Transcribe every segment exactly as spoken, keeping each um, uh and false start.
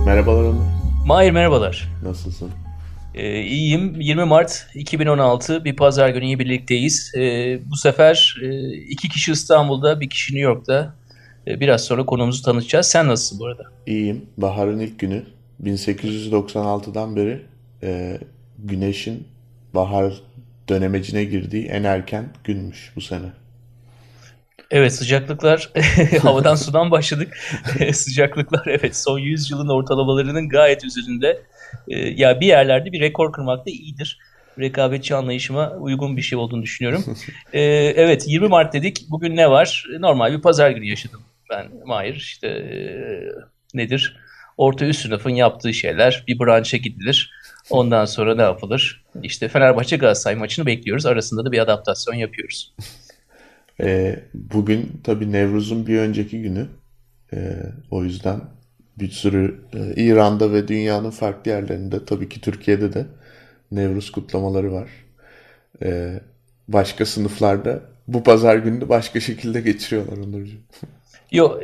Merhabalar Onur. Mahir merhabalar. Nasılsın? Ee, iyiyim. yirmi Mart iki bin on altı bir pazar günü iyi birlikteyiz. Ee, bu sefer e, iki kişi İstanbul'da, bir kişi New York'ta. Ee, biraz sonra konumuzu tanıtacağız. Sen nasılsın bu arada? İyiyim. Baharın ilk günü. bin sekiz yüz doksan altıdan beri e, güneşin bahar dönemecine girdiği en erken günmüş bu sene. Evet, sıcaklıklar havadan sudan başladık. Sıcaklıklar evet son yüz yılın ortalamalarının gayet üzerinde. Ee, ya bir yerlerde bir rekor kırmak da iyidir. Rekabetçi anlayışıma uygun bir şey olduğunu düşünüyorum. Ee, evet, yirmi Mart dedik. Bugün ne var? Normal bir pazar günü yaşadım ben Mahir. İşte e, nedir? Orta üst sınıfın yaptığı şeyler. Bir brunch'a gidilir. Ondan sonra ne yapılır? İşte Fenerbahçe Galatasaray maçını bekliyoruz. Arasında da bir adaptasyon yapıyoruz. E, bugün tabii Nevruz'un bir önceki günü. E, o yüzden bir sürü e, İran'da ve dünyanın farklı yerlerinde, tabii ki Türkiye'de de Nevruz kutlamaları var. E, Başka sınıflarda bu pazar gününü başka şekilde geçiriyorlar Onurcuğum. Yok.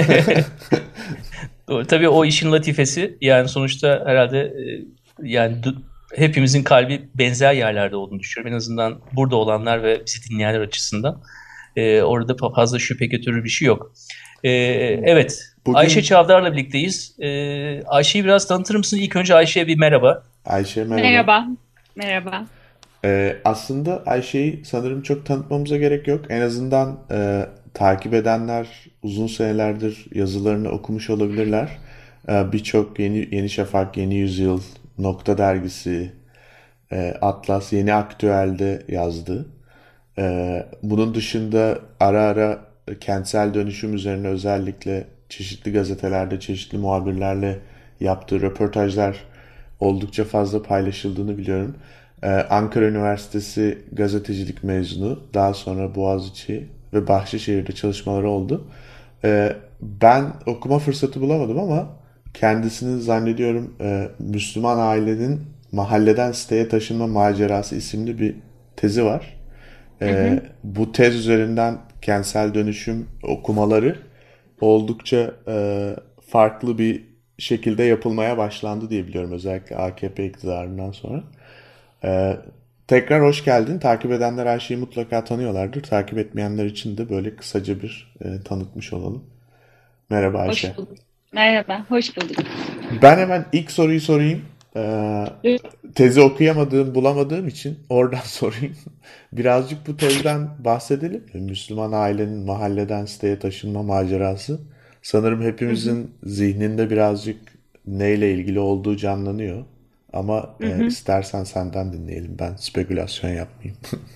Doğru. Tabii o işin latifesi yani sonuçta herhalde e, yani du- hepimizin kalbi benzer yerlerde olduğunu düşünüyorum. En azından burada olanlar ve bizi dinleyenler açısından. E, orada fa- fazla şüphe götürür bir şey yok. E, evet. Ayşe Bugün Çavdar'la birlikteyiz. E, Ayşe'yi biraz tanıtır mısın? İlk önce Ayşe'ye bir merhaba. Ayşe merhaba. Merhaba. Merhaba. Ee, aslında Ayşe'yi sanırım çok tanıtmamıza gerek yok. En azından e, takip edenler uzun senelerdir yazılarını okumuş olabilirler. Ee, birçok Yeni, Yeni Şafak, Yeni Yüzyıl, Nokta Dergisi, e, Atlas, Yeni Aktüel'de yazdı. Ee, bunun dışında ara ara kentsel dönüşüm üzerine özellikle çeşitli gazetelerde, çeşitli muhabirlerle yaptığı röportajlar oldukça fazla paylaşıldığını biliyorum. Ee, Ankara Üniversitesi gazetecilik mezunu, daha sonra Boğaziçi ve Bahçeşehir'de çalışmaları oldu. Ee, ben okuma fırsatı bulamadım ama kendisinin zannediyorum e, Müslüman ailenin mahalleden siteye taşınma macerası isimli bir tezi var. Hı hı. Ee, bu tez üzerinden kentsel dönüşüm okumaları oldukça e, farklı bir şekilde yapılmaya başlandı diye biliyorum, özellikle A K P iktidarından sonra. Ee, Tekrar hoş geldin. Takip edenler her şeyi mutlaka tanıyorlardır. Takip etmeyenler için de böyle kısaca bir e, tanıtmış olalım. Merhaba Ayşe. Hoş bulduk. Merhaba. Hoş bulduk. Ben hemen ilk soruyu sorayım. Ee, Tezi okuyamadığım, bulamadığım için oradan sorayım. Birazcık bu tezden bahsedelim. Müslüman ailenin mahalleden siteye taşınma macerası. Sanırım Hı hı. hepimizin zihninde birazcık neyle ilgili olduğu canlanıyor. Ama Hı e, hı. istersen senden dinleyelim. Ben spekülasyon yapmayayım.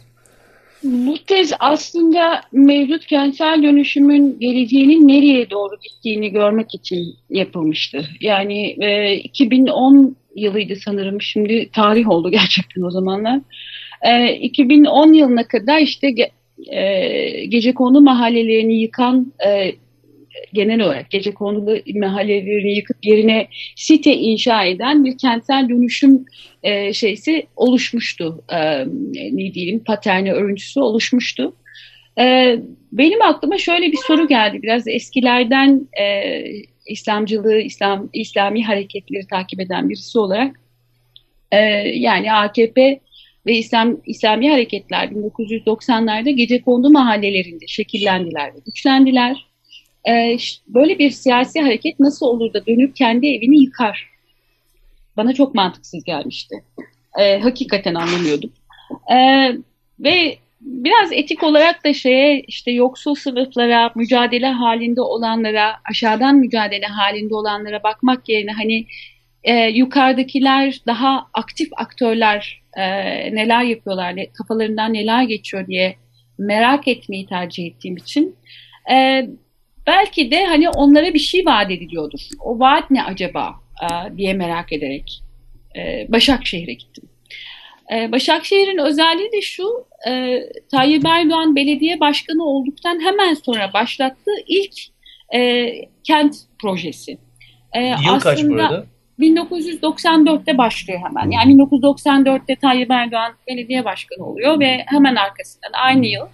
Bu tez aslında mevcut kentsel dönüşümün geleceğinin nereye doğru gittiğini görmek için yapılmıştı. Yani e, iki bin on yılıydı sanırım. Şimdi tarih oldu gerçekten o zamanlar. E, iki bin on yılına kadar işte ge, e, gecekondu mahallelerini yıkan e, genel olarak gecekondu mahallelerini yıkıp yerine site inşa eden bir kentsel dönüşüm e, şeysi oluşmuştu. E, ne diyelim paterni örüntüsü oluşmuştu. E, Benim aklıma şöyle bir soru geldi. Biraz eskilerden e, İslamcılığı, İslam İslami hareketleri takip eden birisi olarak e, yani A K P ve İslam İslami hareketler bin dokuz yüz doksanlarda gecekondu mahallelerinde şekillendiler ve güçlendiler. Ee, böyle bir siyasi hareket nasıl olur da dönüp kendi evini yıkar? Bana çok mantıksız gelmişti. Ee, hakikaten anlamıyordum. Ee, Ve biraz etik olarak da şeye işte yoksul sınıflara, mücadele halinde olanlara, aşağıdan mücadele halinde olanlara bakmak yerine hani e, yukarıdakiler daha aktif aktörler e, neler yapıyorlar, ne, kafalarından neler geçiyor diye merak etmeyi tercih ettiğim için e, belki de hani onlara bir şey vaat ediliyordur. O vaat ne acaba e, diye merak ederek e, Başakşehir'e gittim. E, Başakşehir'in özelliği de şu, e, Tayyip Erdoğan belediye başkanı olduktan hemen sonra başlattığı ilk e, kent projesi. E, Yıl kaç bu aslında arada? bin dokuz yüz doksan dörtte başlıyor Hı hemen. Yani hı. bin dokuz yüz doksan dörtte Tayyip Erdoğan belediye başkanı oluyor ve hemen arkasından aynı yıl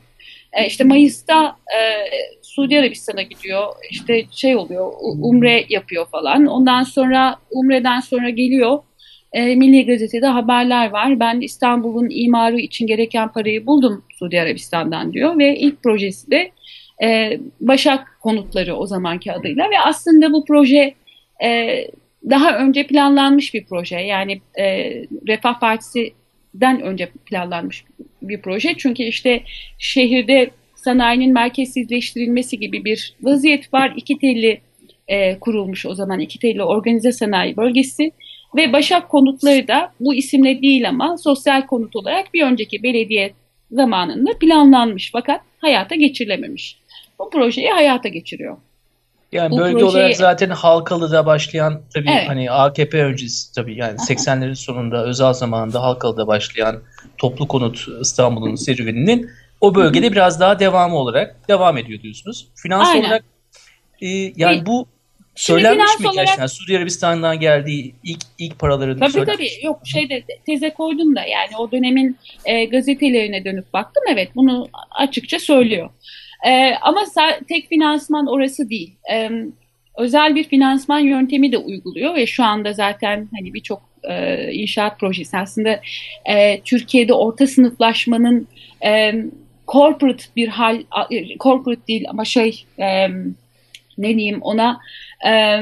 E, işte Mayıs'ta e, Suudi Arabistan'a gidiyor. İşte şey oluyor, umre yapıyor falan. Ondan sonra umreden sonra geliyor. E, Milli Gazete'de haberler var. Ben İstanbul'un imarı için gereken parayı buldum Suudi Arabistan'dan diyor. Ve ilk projesi de e, Başak Konutları o zamanki adıyla. Ve aslında bu proje e, daha önce planlanmış bir proje. Yani e, Refah Partisi'den önce planlanmış bir proje. Çünkü işte şehirde sanayinin merkezsizleştirilmesi gibi bir vaziyet var. İki telli e, kurulmuş o zaman. İki telli organize sanayi bölgesi. Ve Başak Konutları da bu isimle değil ama sosyal konut olarak bir önceki belediye zamanında planlanmış fakat hayata geçirilememiş. Bu projeyi hayata geçiriyor. Yani Bu bölge projeyi, olarak zaten Halkalı'da başlayan tabii evet. hani A K P öncesi tabii yani seksenlerin sonunda Özal zamanında Halkalı'da başlayan toplu konut İstanbul'un serüveninin o bölgede biraz daha devamı olarak devam ediyor diyorsunuz. Finans Aynen. olarak e, yani bu Şimdi söylenmiş finans miydi olarak, gerçekten? Suudi Arabistan'dan geldiği ilk ilk paraların tabii söylenmiş tabii, yok şeyde teze koydum da yani o dönemin e, gazetelerine dönüp baktım, evet bunu açıkça söylüyor. E, ama sa- tek finansman orası değil. E, özel bir finansman yöntemi de uyguluyor ve şu anda zaten hani birçok e, inşaat projesi aslında e, Türkiye'de orta sınıflaşmanın e, corporate bir hal, corporate değil ama şey e, ne diyeyim ona, e,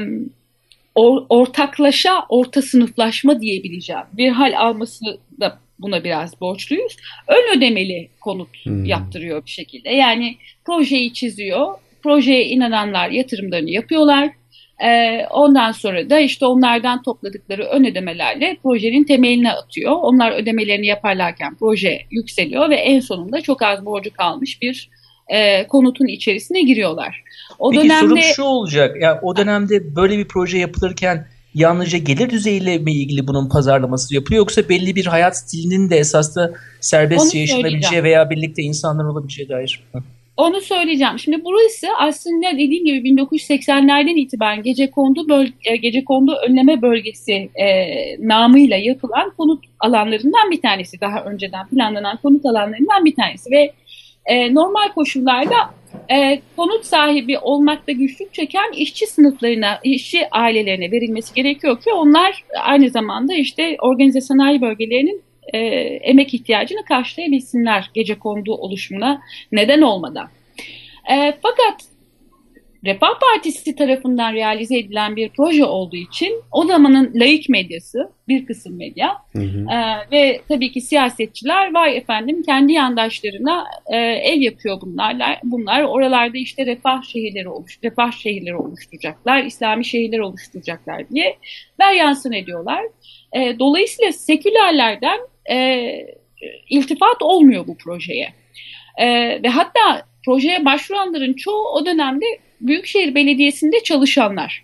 ortaklaşa orta sınıflaşma diyebileceğim bir hal alması da buna biraz borçluyuz. Ön ödemeli konut Hmm. yaptırıyor bir şekilde. Yani projeyi çiziyor, projeye inananlar yatırımlarını yapıyorlar. Ee, ondan sonra da işte onlardan topladıkları ön ödemelerle projenin temelini atıyor. Onlar ödemelerini yaparlarken proje yükseliyor ve en sonunda çok az borcu kalmış bir e, konutun içerisine giriyorlar. O Peki dönemde sorum şu olacak. Yani o dönemde böyle bir proje yapılırken yalnızca gelir düzeyiyle mi ilgili bunun pazarlaması yapılıyor yoksa belli bir hayat stilinin de esas da onu serbestçe söyleyeceğim. yaşanabileceği veya birlikte insanların olabileceği dair? Onu söyleyeceğim. Şimdi burası aslında dediğim gibi bin dokuz yüz seksenlerden itibaren Gecekondu böl- Gecekondu Önleme Bölgesi e, namıyla yapılan konut alanlarından bir tanesi. Daha önceden planlanan konut alanlarından bir tanesi ve e, normal koşullarda e, konut sahibi olmakta güçlük çeken işçi sınıflarına, işçi ailelerine verilmesi gerekiyor ki onlar aynı zamanda işte organize sanayi bölgelerinin e, emek ihtiyacını karşılayabilsinler gecekondu oluşumuna neden olmadan. E, fakat Refah Partisi tarafından realize edilen bir proje olduğu için o zamanın laik medyası, bir kısım medya Hı hı. e, ve tabii ki siyasetçiler vay efendim kendi yandaşlarına e, ev yapıyor bunlarla. Bunlar oralarda işte refah şehirleri oluş, refah şehirleri oluşturacaklar, İslami şehirler oluşturacaklar diye beryansın ediyorlar. E, dolayısıyla sekülerlerden e, iltifat olmuyor bu projeye. E, ve hatta projeye başvuranların çoğu o dönemde Büyükşehir Belediyesi'nde çalışanlar.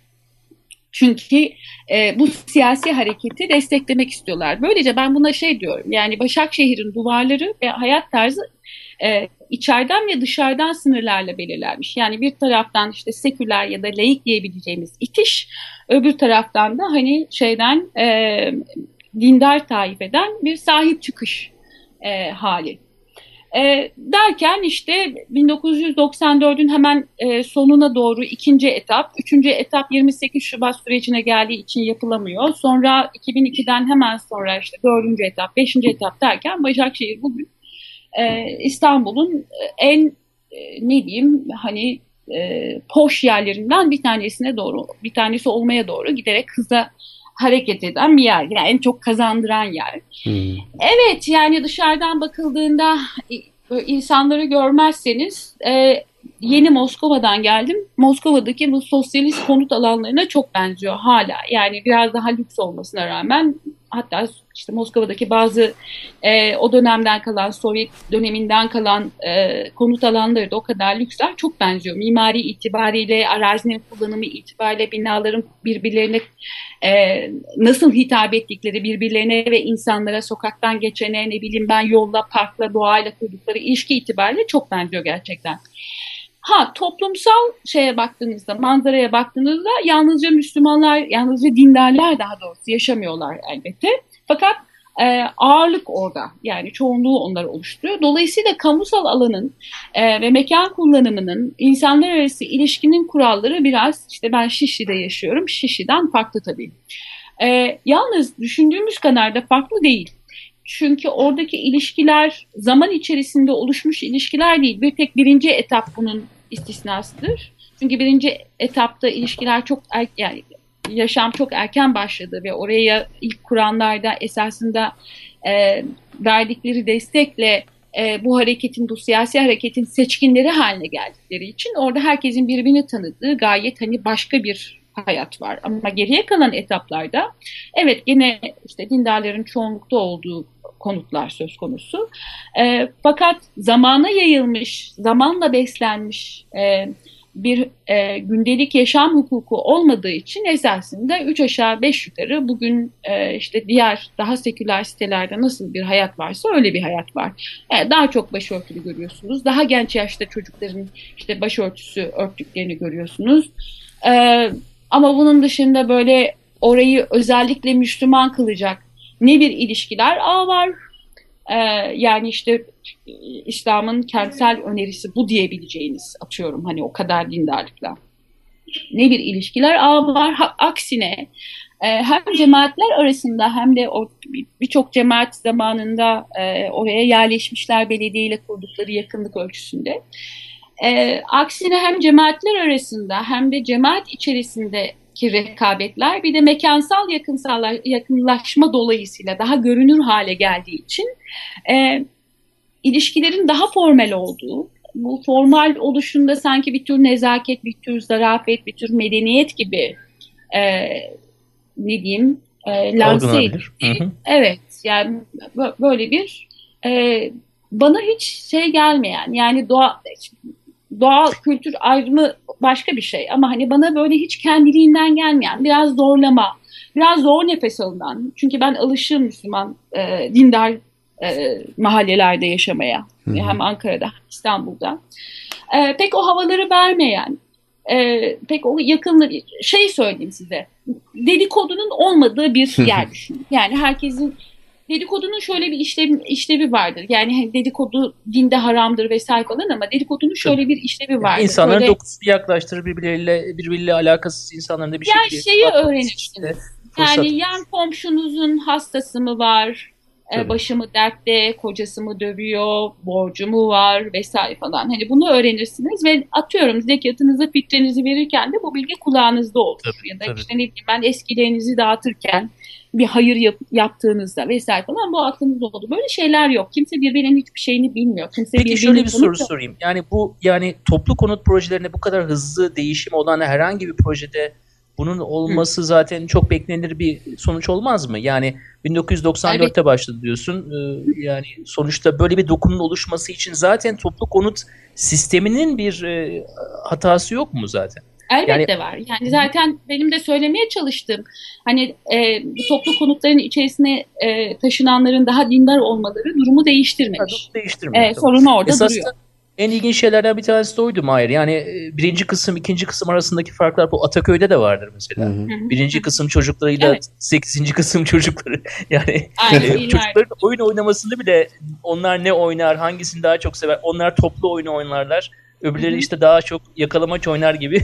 Çünkü e, bu siyasi hareketi desteklemek istiyorlar. Böylece ben buna şey diyorum, yani Başakşehir'in duvarları ve hayat tarzı e, içeriden ve dışarıdan sınırlarla belirlenmiş. Yani bir taraftan işte seküler ya da laik diyebileceğimiz itiş, öbür taraftan da hani şeyden e, dindar taifeden bir sahip çıkış e, hali. E, derken işte bin dokuz yüz doksan dördün hemen e, sonuna doğru ikinci etap, üçüncü etap yirmi sekiz Şubat sürecine geldiği için yapılamıyor. Sonra iki bin ikiden hemen sonra işte dördüncü etap, beşinci etap derken Başakşehir bugün e, İstanbul'un en e, ne diyeyim hani e, poş yerlerinden bir tanesine doğru, bir tanesi olmaya doğru giderek hızla hareket eden bir yer. Yani en çok kazandıran yer. Hmm. Evet, yani dışarıdan bakıldığında insanları görmezseniz e, yeni Moskova'dan geldim. Moskova'daki bu sosyalist konut alanlarına çok benziyor hala. Yani biraz daha lüks olmasına rağmen hatta işte Moskova'daki bazı e, o dönemden kalan, Sovyet döneminden kalan e, konut alanları da o kadar lüksler, çok benziyor. Mimari itibariyle, arazinin kullanımı itibariyle, binaların birbirlerine e, nasıl hitap ettikleri, birbirlerine ve insanlara, sokaktan geçene, ne bileyim ben yolla, parkla, doğayla kurdukları ilişki itibariyle çok benziyor gerçekten. Ha, toplumsal şeye baktığınızda, manzaraya baktığınızda yalnızca Müslümanlar, yalnızca dindarlar daha doğrusu yaşamıyorlar elbette. Fakat e, ağırlık orada. Yani çoğunluğu onlar oluşturuyor. Dolayısıyla kamusal alanın e, ve mekan kullanımının insanlar arası ilişkinin kuralları biraz işte ben Şişli'de yaşıyorum. Şişli'den farklı tabii. E, yalnız düşündüğümüz kadar da farklı değil. Çünkü oradaki ilişkiler zaman içerisinde oluşmuş ilişkiler değil. Bir tek birinci etap bunun istisnasıdır. Çünkü birinci etapta ilişkiler çok er, yani yaşam çok erken başladı ve oraya ilk kuranlarda esasında e, verdikleri destekle e, bu hareketin, bu siyasi hareketin seçkinleri haline geldikleri için orada herkesin birbirini tanıdığı gayet hani başka bir hayat var. Ama geriye kalan etaplarda evet gene işte dindarların çoğunlukta olduğu konutlar söz konusu. E, fakat zamana yayılmış, zamanla beslenmiş e, bir e, gündelik yaşam hukuku olmadığı için esasında üç aşağı beş yukarı bugün e, işte diğer daha seküler sitelerde nasıl bir hayat varsa öyle bir hayat var. E, daha çok başörtülü görüyorsunuz. Daha genç yaşta çocukların işte başörtüsü örttüklerini görüyorsunuz. E, ama bunun dışında böyle orayı özellikle Müslüman kılacak ne bir ilişkiler ağı var. Ee, yani işte İslam'ın kentsel önerisi bu diyebileceğiniz atıyorum hani o kadar dindarlıkla. Ne bir ilişkiler ağı var. Ha, aksine e, hem cemaatler arasında hem de birçok cemaat zamanında e, oraya yerleşmişler belediyeyle kurdukları yakınlık ölçüsünde. E, aksine hem cemaatler arasında hem de cemaat içerisinde ki rekabetler bir de mekansal yakınlaşma dolayısıyla daha görünür hale geldiği için e, ilişkilerin daha formal olduğu, bu formal oluşunda sanki bir tür nezaket, bir tür zarafet, bir tür medeniyet gibi e, ne diyeyim e, lanse edilir. Evet, yani böyle bir e, bana hiç şey gelmeyen yani doğa doğal kültür ayrımı başka bir şey ama hani bana böyle hiç kendiliğinden gelmeyen biraz zorlama, biraz zor nefes alınan çünkü ben alışığım Müslüman e, dindar e, mahallelerde yaşamaya hı hı. Hem Ankara'da hem İstanbul'da e, pek o havaları vermeyen e, pek o yakınlığı şey söyleyeyim size dedikodunun olmadığı bir yer düşünün yani herkesin dedikodunun şöyle bir işlevi, işlevi vardır. Yani dedikodu dinde haramdır vesaire falan ama dedikodunun şöyle bir işlevi vardır. İnsanların şöyle, dokusunu yaklaştırır birbirleriyle, birbiriyle alakasız insanların da bir yani şekilde... şeyi öğrenirsiniz. Yani yan komşunuzun hastası mı var, Tabii. başı mı dertte, kocası mı dövüyor, borcu mu var vesaire falan. Hani bunu öğrenirsiniz ve atıyorum zekatınızı, fitrenizi verirken de bu bilgi kulağınızda olur. Tabii, ya da tabii. işte ne bileyim ben eskilerinizi dağıtırken bir hayır yap, yaptığınızda vesaire falan bu aklınızda oldu. Böyle şeyler yok. Kimse birbirinin hiçbir şeyini bilmiyor. Kimse Peki şöyle bir soru yok. sorayım. Yani bu yani toplu konut projelerinde bu kadar hızlı değişim olan herhangi bir projede bunun olması Hı. zaten çok beklenir bir sonuç olmaz mı? Yani bin dokuz yüz doksan dörtte evet. başladı diyorsun. Ee, yani sonuçta böyle bir dokunun oluşması için zaten toplu konut sisteminin bir e, hatası yok mu zaten? Elbette yani, var. Yani zaten benim de söylemeye çalıştığım hani e, bu toplu konutların içerisine e, taşınanların daha dindar olmaları durumu değiştirmemiş. Değiştirmiyor. E, sorun orada Esas duruyor. En ilginç şeylerden bir tanesi de oydu Mahir. Yani birinci kısım, ikinci kısım arasındaki farklar bu Ataköy'de de vardır mesela. Hı hı. Birinci kısım çocuklarıyla evet. sekizinci kısım çocukları. Yani Aynen, çocukların oyun oynamasını bile onlar ne oynar, hangisini daha çok sever. Onlar toplu oyunu oynarlar. Öbürleri Hı-hı. işte daha çok yakalamaç oynar gibi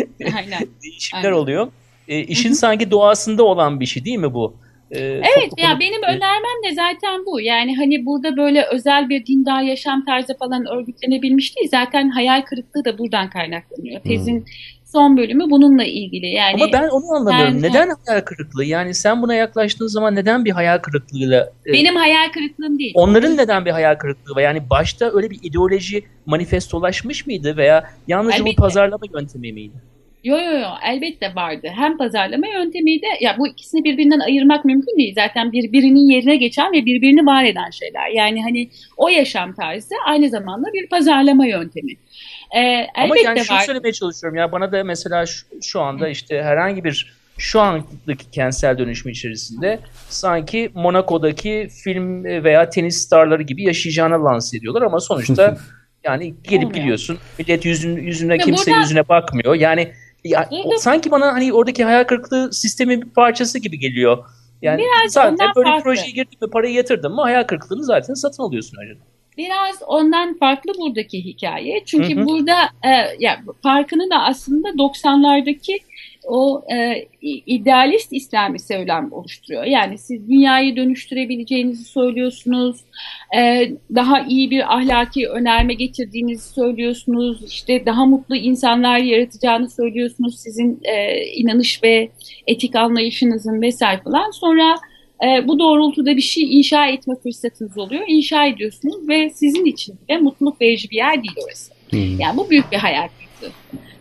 değişimler Aynen. oluyor. E, işin Hı-hı. sanki doğasında olan bir şey değil mi bu? Ee, evet ya konu... benim önermem de zaten bu. Yani hani burada böyle özel bir dindar yaşam tarzı falan örgütlenebilmiş değil. Zaten hayal kırıklığı da buradan kaynaklanıyor. Tezin hmm. son bölümü bununla ilgili. Yani ama ben onu anlamıyorum. Ben, neden hayal kırıklığı? Yani sen buna yaklaştığın zaman neden bir hayal kırıklığıyla? Benim e, hayal kırıklığım değil. Onların neden bir hayal kırıklığı var? Yani başta öyle bir ideoloji manifestolaşmış mıydı veya yalnızca bu pazarlama yöntemi miydi? Yo yo yo elbette vardı. Hem pazarlama yöntemiydi. Ya bu ikisini birbirinden ayırmak mümkün değil. Zaten birbirinin yerine geçen ve birbirini var eden şeyler. Yani hani o yaşam tarzı aynı zamanda bir pazarlama yöntemi. Ee, Ama yani şunu var. söylemeye çalışıyorum. Ya bana da mesela şu, şu anda işte herhangi bir şu andaki kentsel dönüşüm içerisinde sanki Monaco'daki film veya tenis starları gibi yaşayacağını lanse ediyorlar ama sonuçta yani gelip Olmuyor. gidiyorsun. Millet yüzün, yüzüne ya kimse burada... yüzüne bakmıyor. Yani ya, o, sanki bana hani oradaki hayal kırıklığı sistemin bir parçası gibi geliyor. Yani Biraz zaten ondan böyle bir farklı. projeye girdin mi, parayı yatırdın mı hayal kırıklığını zaten satın alıyorsun önce. Biraz ondan farklı buradaki hikaye. Çünkü Hı hı. burada e, ya farkını da aslında doksanlardaki o e, idealist İslami söylem oluşturuyor. Yani siz dünyayı dönüştürebileceğinizi söylüyorsunuz. E, daha iyi bir ahlaki önerme getirdiğinizi söylüyorsunuz. İşte daha mutlu insanlar yaratacağını söylüyorsunuz. Sizin e, inanış ve etik anlayışınızın vesaire falan. Sonra e, bu doğrultuda bir şey inşa etme fırsatınız oluyor. İnşa ediyorsunuz ve sizin için de mutluluk verici bir yer değil orası. Hmm. Yani bu büyük bir hayal kırıklığı.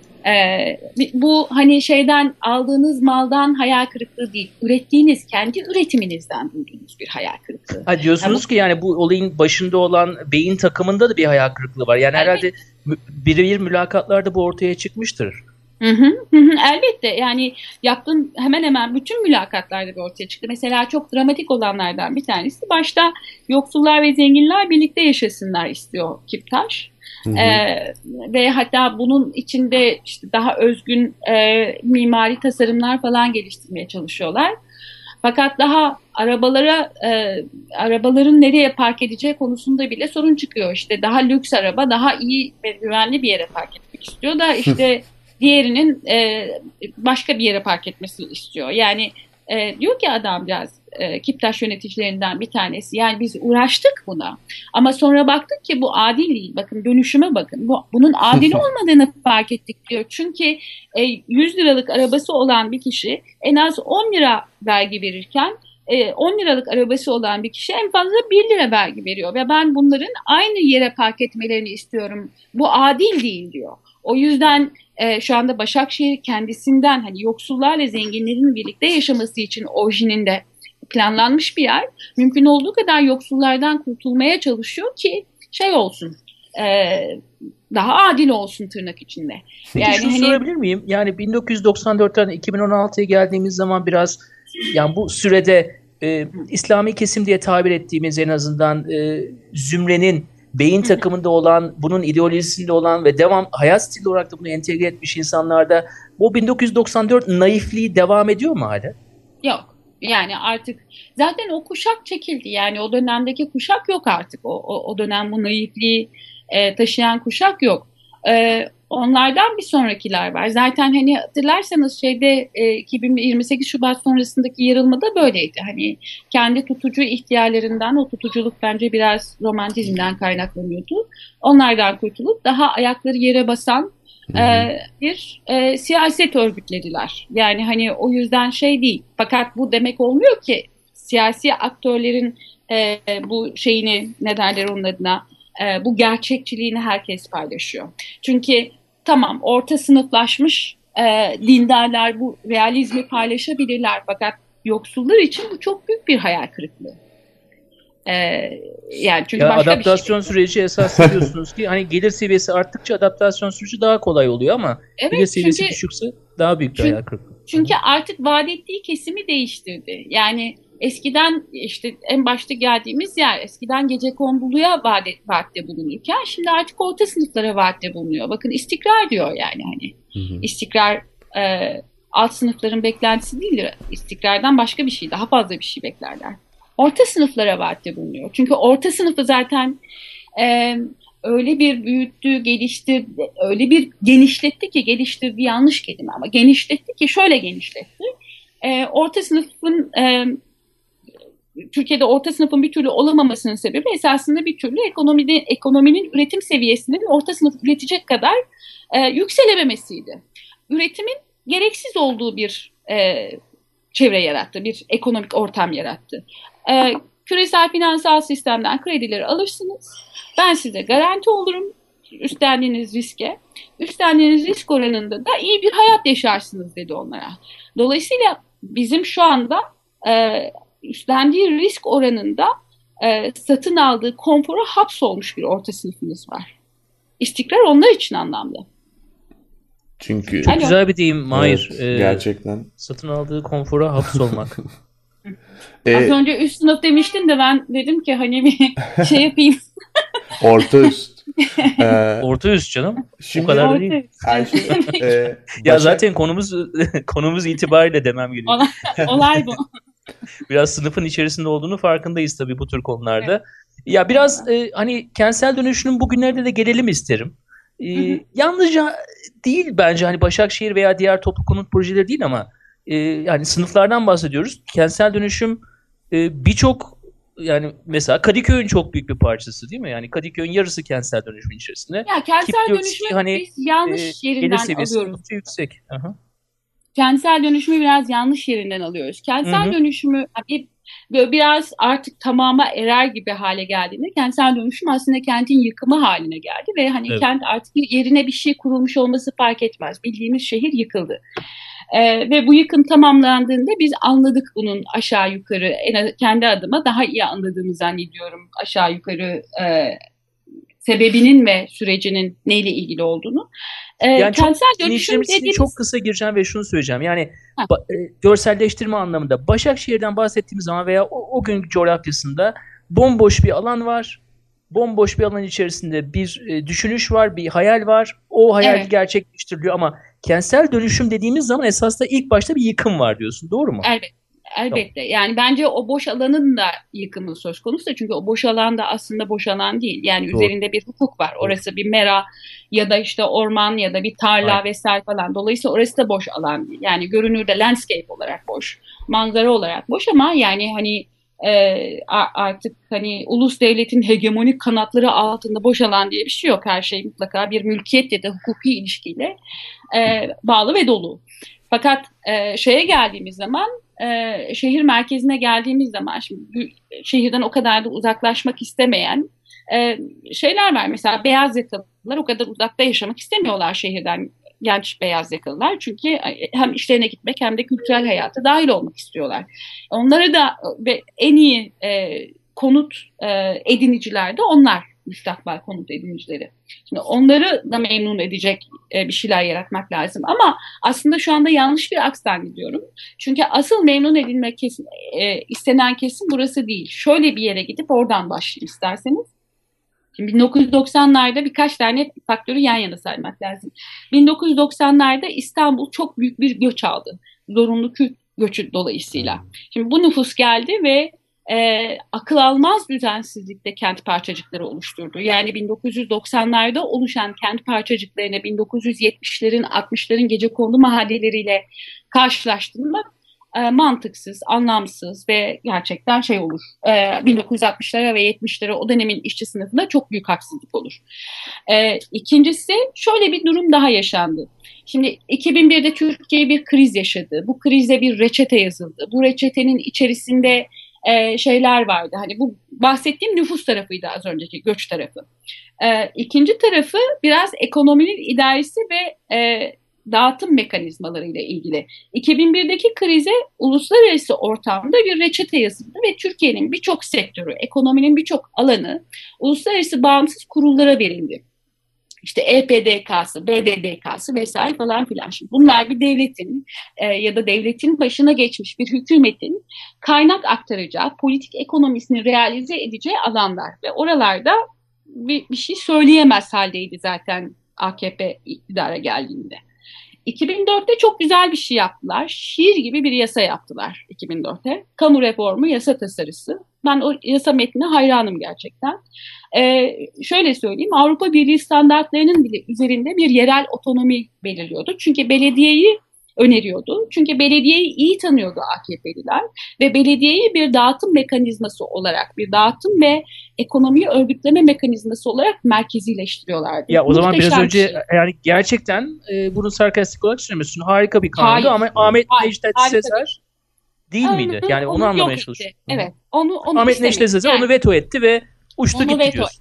Ee, bu hani şeyden aldığınız maldan hayal kırıklığı değil, ürettiğiniz kendi üretiminizden duyduğunuz bir hayal kırıklığı. Ha, diyorsunuz Ya ki yani bu olayın başında olan beyin takımında da bir hayal kırıklığı var. Yani Evet. herhalde mü- birebir mülakatlarda bu ortaya çıkmıştır. Hı hı, hı hı, elbette yani yaptığım hemen hemen bütün mülakatlarda bir ortaya çıktı. Mesela çok dramatik olanlardan bir tanesi başta yoksullar ve zenginler birlikte yaşasınlar istiyor Kiptaş. Hı hı. Ee, ve hatta bunun içinde işte daha özgün e, mimari tasarımlar falan geliştirmeye çalışıyorlar. Fakat daha arabalara e, arabaların nereye park edeceği konusunda bile sorun çıkıyor. İşte daha lüks araba daha iyi ve güvenli bir yere park etmek istiyor da işte diğerinin e, başka bir yere park etmesini istiyor. Yani e, diyor ki adamcağız e, Kiptaş yöneticilerinden bir tanesi. Yani biz uğraştık buna. Ama sonra baktık ki bu adil değil. Bakın dönüşüme bakın. Bu, bunun adil olmadığını fark ettik diyor. Çünkü e, yüz liralık arabası olan bir kişi en az on lira vergi verirken e, on liralık arabası olan bir kişi en fazla bir lira vergi veriyor. Ve ben bunların aynı yere park etmelerini istiyorum. Bu adil değil diyor. O yüzden e, şu anda Başakşehir kendisinden hani yoksullarla zenginlerin birlikte yaşaması için orijininde planlanmış bir yer. Mümkün olduğu kadar yoksullardan kurtulmaya çalışıyor ki şey olsun, e, daha adil olsun tırnak içinde. Peki Yani şunu hani sorabilir miyim? Yani bin dokuz yüz doksan dörtten iki bin on altıya geldiğimiz zaman biraz yani bu sürede e, İslami kesim diye tabir ettiğimiz en azından e, zümrenin beyin takımında olan, bunun ideolojisinde olan ve devam hayat stili olarak da bunu entegre etmiş insanlarda bu bin dokuz yüz doksan dört naifliği devam ediyor mu hala? yok. Yani artık zaten o kuşak çekildi. Yani o dönemdeki kuşak yok artık. O, o, o dönem bu naifliği e, taşıyan kuşak yok. E, onlardan bir sonrakiler var. Zaten hani hatırlarsanız şeyde e, iki bin yirmi sekiz Şubat sonrasındaki yarılma da böyleydi. Hani kendi tutucu ihtiyarlarından o tutuculuk bence biraz romantizmden kaynaklanıyordu. Onlardan kurtulup daha ayakları yere basan Ee, bir e, siyaset örgütlediler. Yani hani o yüzden şey değil. Fakat bu demek olmuyor ki siyasi aktörlerin e, bu şeyini ne derler onun adına e, bu gerçekçiliğini herkes paylaşıyor. Çünkü tamam orta sınıflaşmış e, dindarlar bu realizmi paylaşabilirler. Fakat yoksullar için bu çok büyük bir hayal kırıklığı. Ee, yani çünkü Ya başka adaptasyon bir şey. süreci esas biliyorsunuz ki hani gelir seviyesi arttıkça adaptasyon süreci daha kolay oluyor ama Evet, gelir seviyesi çünkü, düşükse daha büyük bir çünkü, hayal kırıklığı. çünkü artık vaat ettiği kesimi değiştirdi. Yani eskiden işte en başta geldiğimiz yer eskiden gecekonduluya vaat, vaatte bulunurken şimdi artık orta sınıflara vaatte bulunuyor. Bakın istikrar diyor yani hani. Hı hı. İstikrar e, alt sınıfların beklentisi değildir. İstikrardan başka bir şey, daha fazla bir şey beklerler. Orta sınıflara vaatte bulunuyor. Çünkü orta sınıfı zaten e, öyle bir büyüttü, geliştirdi, öyle bir genişletti ki, geliştirdi yanlış kelime ama genişletti ki şöyle genişletti. E, orta sınıfın e, Türkiye'de orta sınıfın bir türlü olamamasının sebebi esasında bir türlü ekonominin, ekonominin üretim seviyesinin orta sınıf üretecek kadar e, yükselememesiydi. Üretimin gereksiz olduğu bir e, çevre yarattı, bir ekonomik ortam yarattı. E, küresel finansal sistemden kredileri alırsınız, ben size garanti olurum üstlendiğiniz riske, üstlendiğiniz risk oranında da iyi bir hayat yaşarsınız dedi onlara. Dolayısıyla bizim şu anda e, üstlendiği risk oranında e, satın aldığı konfora hapsolmuş bir orta sınıfımız var. İstikrar onlar için anlamlı. Çünkü çok Alo. güzel bir deyim Mahir. Evet, ee, gerçekten. Satın aldığı konfora hapsolmak. Az E, önce üst sınıf demiştin de ben dedim ki hani bir şey yapayım. orta üst. Ee, Orta üst canım. Şimdi o kadar da Orta değil. üst. Ayşe, e, Ya Başak- zaten konumuz konumuz itibariyle demem gerekiyor. Olay, olay bu. Biraz sınıfın içerisinde olduğunu farkındayız tabii bu tür konularda. Evet. Ya biraz e, hani kentsel dönüşümün bugünlerde de gelelim isterim. E, hı hı. Yalnızca değil bence hani Başakşehir veya diğer toplu konut projeleri değil ama e, yani sınıflardan bahsediyoruz. Kentsel dönüşüm e, birçok yani mesela Kadıköy'ün çok büyük bir parçası değil mi? Yani Kadıköy'ün yarısı kentsel dönüşümün içerisinde. Ya kentsel dönüşümü hani, biz yanlış e, yerinden alıyoruz. Yüksek. Aha. Kentsel dönüşümü biraz yanlış yerinden alıyoruz. Kentsel hı hı. dönüşümü böyle biraz artık tamama erer gibi hale geldiğinde kentsel dönüşüm aslında kentin yıkımı haline geldi ve hani evet. Kent artık yerine bir şey kurulmuş olması fark etmez. Bildiğimiz şehir yıkıldı. Ee, ve bu yıkım tamamlandığında biz anladık bunun aşağı yukarı en kendi adıma daha iyi anladığımı zannediyorum aşağı yukarı e, sebebinin ve sürecinin neyle ilgili olduğunu. Ee, yani kentsel dönüşüm dediğimiz... çok kısa gireceğim ve şunu söyleyeceğim. Yani ba- e, görselleştirme anlamında Başakşehir'den bahsettiğimiz zaman veya o, o gün coğrafyasında bomboş bir alan var. Bomboş bir alan içerisinde bir e, düşünüş var, bir hayal var. O hayal evet. gerçekleştiriliyor ama kentsel dönüşüm dediğimiz zaman esasında ilk başta bir yıkım var diyorsun. Doğru mu? Evet. Elbette. Tamam. Yani bence o boş alanın da yıkımı söz konusu. Çünkü o boş alan da aslında boş alan değil. Yani Doğru. üzerinde bir hukuk var. Doğru. Orası bir mera ya da işte orman ya da bir tarla Aynen. vesaire falan. Dolayısıyla orası da boş alan değil. Yani görünürde landscape olarak boş, manzara olarak boş ama yani hani e, artık hani ulus devletin hegemonik kanatları altında boş alan diye bir şey yok. Her şey mutlaka bir mülkiyet ya da hukuki ilişkiyle e, bağlı ve dolu. Fakat e, şeye geldiğimiz zaman Ee, şehir merkezine geldiğimiz zaman şimdi şehirden o kadar da uzaklaşmak istemeyen e, şeyler var. Mesela beyaz yakalılar o kadar uzakta yaşamak istemiyorlar şehirden genç beyaz yakalılar. Çünkü hem işlerine gitmek hem de kültürel hayata dahil olmak istiyorlar. Onlara da ve en iyi e, konut e, ediniciler de onlar. Müstakbel konut edinicileri. Şimdi onları da memnun edecek e, bir şeyler yaratmak lazım. Ama aslında şu anda yanlış bir aksdan gidiyorum. Çünkü asıl memnun edilmek kesin, e, istenen kesim burası değil. Şöyle bir yere gidip oradan başlayayım isterseniz. Şimdi bin dokuz yüz doksanlarda birkaç tane faktörü yan yana saymak lazım. bin dokuz yüz doksanlarda İstanbul çok büyük bir göç aldı. Zorunlu Kürt göçü dolayısıyla. Şimdi bu nüfus geldi ve E, akıl almaz düzensizlikte kent parçacıkları oluşturdu. Yani bin dokuz yüz doksanlarda oluşan kent parçacıklarını bin dokuz yüz yetmişlerin altmışların gecekondu mahalleleriyle karşılaştırmak e, mantıksız, anlamsız ve gerçekten şey olur. E, bin dokuz yüz altmışlara ve yetmişlere o dönemin işçi sınıfında çok büyük haksızlık olur. E, ikincisi şöyle bir durum daha yaşandı. Şimdi iki bin birde Türkiye bir kriz yaşadı. Bu krize bir reçete yazıldı. Bu reçetenin içerisinde Ee, şeyler vardı. Hani bu bahsettiğim nüfus tarafıydı az önceki göç tarafı. Ee, ikinci tarafı biraz ekonominin idaresi ve e, dağıtım mekanizmaları ile ilgili. iki bin birdeki krize uluslararası ortamda bir reçete yazıldı ve Türkiye'nin birçok sektörü, ekonominin birçok alanı uluslararası bağımsız kurullara verildi. İşte E P D K'sı, B D D K'sı vesaire falan filan. Şimdi bunlar bir devletin e, ya da devletin başına geçmiş bir hükümetin kaynak aktaracağı, politik ekonomisini realize edeceği alanlar. Ve oralarda bir, bir şey söyleyemez haldeydi zaten A K P iktidara geldiğinde. iki bin dörtte çok güzel bir şey yaptılar. Şiir gibi bir yasa yaptılar iki bin dörtte. Kamu reformu yasa tasarısı. Ben o yasa metnine hayranım gerçekten. Ee, şöyle söyleyeyim, Avrupa Birliği standartlarının bile üzerinde bir yerel otonomi belirliyordu. Çünkü belediyeyi öneriyordu. Çünkü belediyeyi iyi tanıyordu A K P'liler ve belediyeyi bir dağıtım mekanizması olarak, bir dağıtım ve ekonomiyi örgütleme mekanizması olarak merkezileştiriyorlardı. Ya o zaman Muhteşem biraz önce şey. Yani gerçekten e, bunu sarkastik olarak söylemiyorsun. Harika bir kanundu Hayır. ama Ahmet Necdet Sezer değil Aynen. miydi? Yani onu, onu anlamaya çalışıyorum. Evet. Onu, onu Ahmet Necdet Sezer yani. onu veto etti ve uçtu onu gitti veto. diyorsun.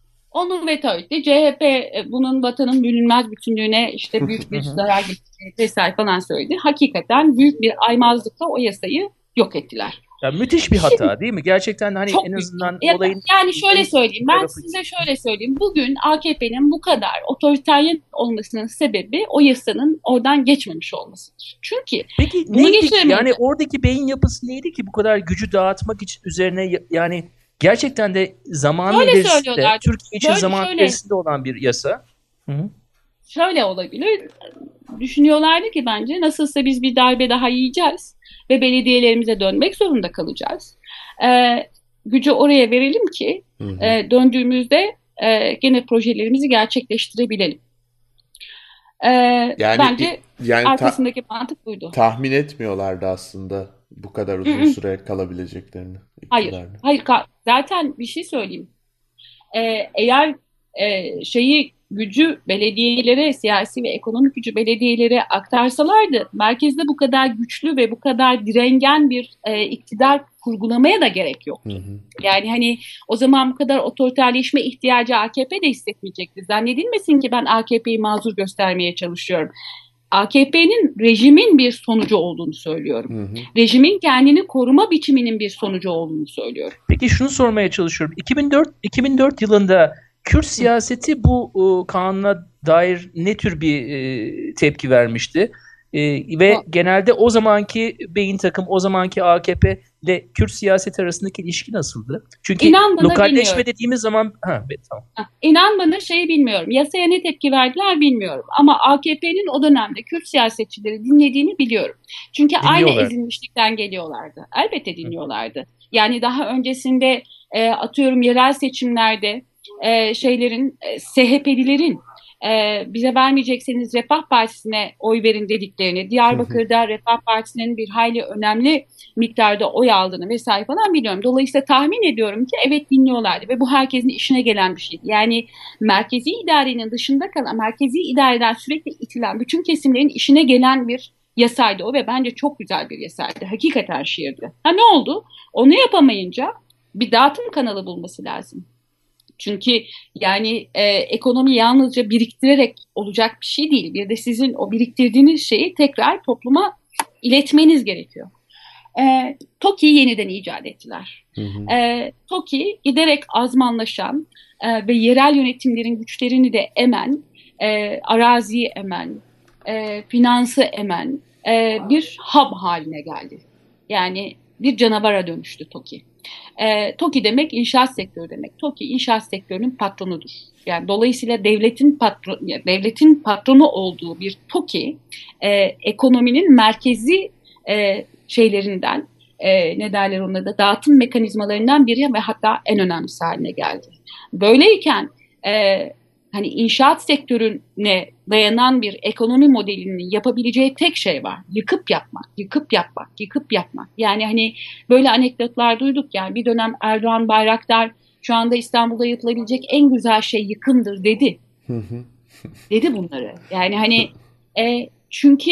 Onu veto etti. C H P bunun vatanın bölünmez bütünlüğüne işte büyük bir zarar getireceği vesaire falan söyledi. Hakikaten büyük bir aymazlıkla o yasayı yok ettiler. Ya müthiş bir hata Şimdi, değil mi? Gerçekten hani en azından büyük. olayın... Yani şöyle söyleyeyim. Ben size şöyle söyleyeyim. Bugün A K P'nin bu kadar otoriteryen olmasının sebebi o yasanın oradan geçmemiş olmasıdır. Çünkü Peki neydi ki? Yani oradaki beyin yapısı neydi ki bu kadar gücü dağıtmak için üzerine yani gerçekten de zamanı içerisinde Türkiye için zaman içerisinde olan bir yasa. Hı-hı. Şöyle olabilir. Düşünüyorlardı ki bence nasılsa biz bir darbe daha yiyeceğiz ve belediyelerimize dönmek zorunda kalacağız. E, gücü oraya verelim ki Hı hı. e, döndüğümüzde e, gene projelerimizi gerçekleştirebilelim. E, Yani bence yani ta- arkasındaki mantık buydu. tahmin etmiyorlardı aslında bu kadar Hı uzun hı. süre kalabileceklerini Hayır, iktidarda. hayır. ka- Zaten bir şey söyleyeyim. Ee, eğer e, şeyi gücü belediyelere, siyasi ve ekonomik gücü belediyelere aktarsalardı, merkezde bu kadar güçlü ve bu kadar direngen bir e, iktidar kurgulamaya da gerek Hı yoktu. hı. Yani hani o zaman bu kadar otoriterleşme ihtiyacı A K P de hissetmeyecekti. Zannedilmesin ki ben A K P'yi mazur göstermeye çalışıyorum. A K P'nin rejimin bir sonucu olduğunu söylüyorum. Hı hı. Rejimin kendini koruma biçiminin bir sonucu olduğunu söylüyorum. Peki şunu sormaya çalışıyorum. iki bin dört iki bin dört yılında Kürt siyaseti bu e, kanuna dair ne tür bir e, tepki vermişti? E, ve O, genelde o zamanki beyin takım, o zamanki A K P ile Kürt siyaseti arasındaki ilişki nasıldı? Çünkü inan bana lokalleşme bilmiyorum. dediğimiz zaman ha, evet, tamam. Hah, İnan bana şeyi bilmiyorum. Yasaya ne tepki verdiler bilmiyorum. Ama A K P'nin o dönemde Kürt siyasetçileri dinlediğini biliyorum. Çünkü aynı Dinliyorlar. ezilmişlikten geliyorlardı. Elbette dinliyorlardı. Yani daha öncesinde e, atıyorum yerel seçimlerde e, şeylerin, e, S H P'lilerin e, bize vermeyecekseniz Refah Partisi'ne oy verin dediklerini, Diyarbakır'da Refah Partisi'nin bir hayli önemli miktarda oy aldığını vesaire falan biliyorum. Dolayısıyla tahmin ediyorum ki evet dinliyorlardı ve bu herkesin işine gelen bir şey. Yani merkezi idarenin dışında kalan, merkezi idareden sürekli itilen bütün kesimlerin işine gelen bir yasaydı o ve bence çok güzel bir yasaydı. Hakikaten şiirdi. Ha ne oldu? Onu yapamayınca bir dağıtım kanalı bulması lazım. Çünkü yani e, ekonomi yalnızca biriktirerek olacak bir şey değil. Bir de sizin o biriktirdiğiniz şeyi tekrar topluma iletmeniz gerekiyor. E, TOKİ'yi yeniden icat ettiler. Hı hı. E, TOKİ giderek azmanlaşan e, ve yerel yönetimlerin güçlerini de emen, e, araziyi emen, e, finansı emen e, bir hub haline geldi. Yani bir canavara dönüştü TOKİ. E, TOKİ demek inşaat sektörü demek. TOKİ inşaat sektörünün patronudur. Yani dolayısıyla devletin patron, devletin patronu olduğu bir TOKİ e, ekonominin merkezi e, şeylerinden e, ne derler ona da dağıtım mekanizmalarından biri ve hatta en önemlisi haline geldi. Böyleyken e, hani inşaat sektörüne dayanan bir ekonomi modelinin yapabileceği tek şey var. Yıkıp yapmak, yıkıp yapmak, yıkıp yapmak. Yani hani böyle anekdotlar duyduk yani bir dönem Erdoğan Bayraktar şu anda İstanbul'da yapılabilecek en güzel şey yıkımdır dedi. Hı hı. Dedi bunları. Yani hani e, çünkü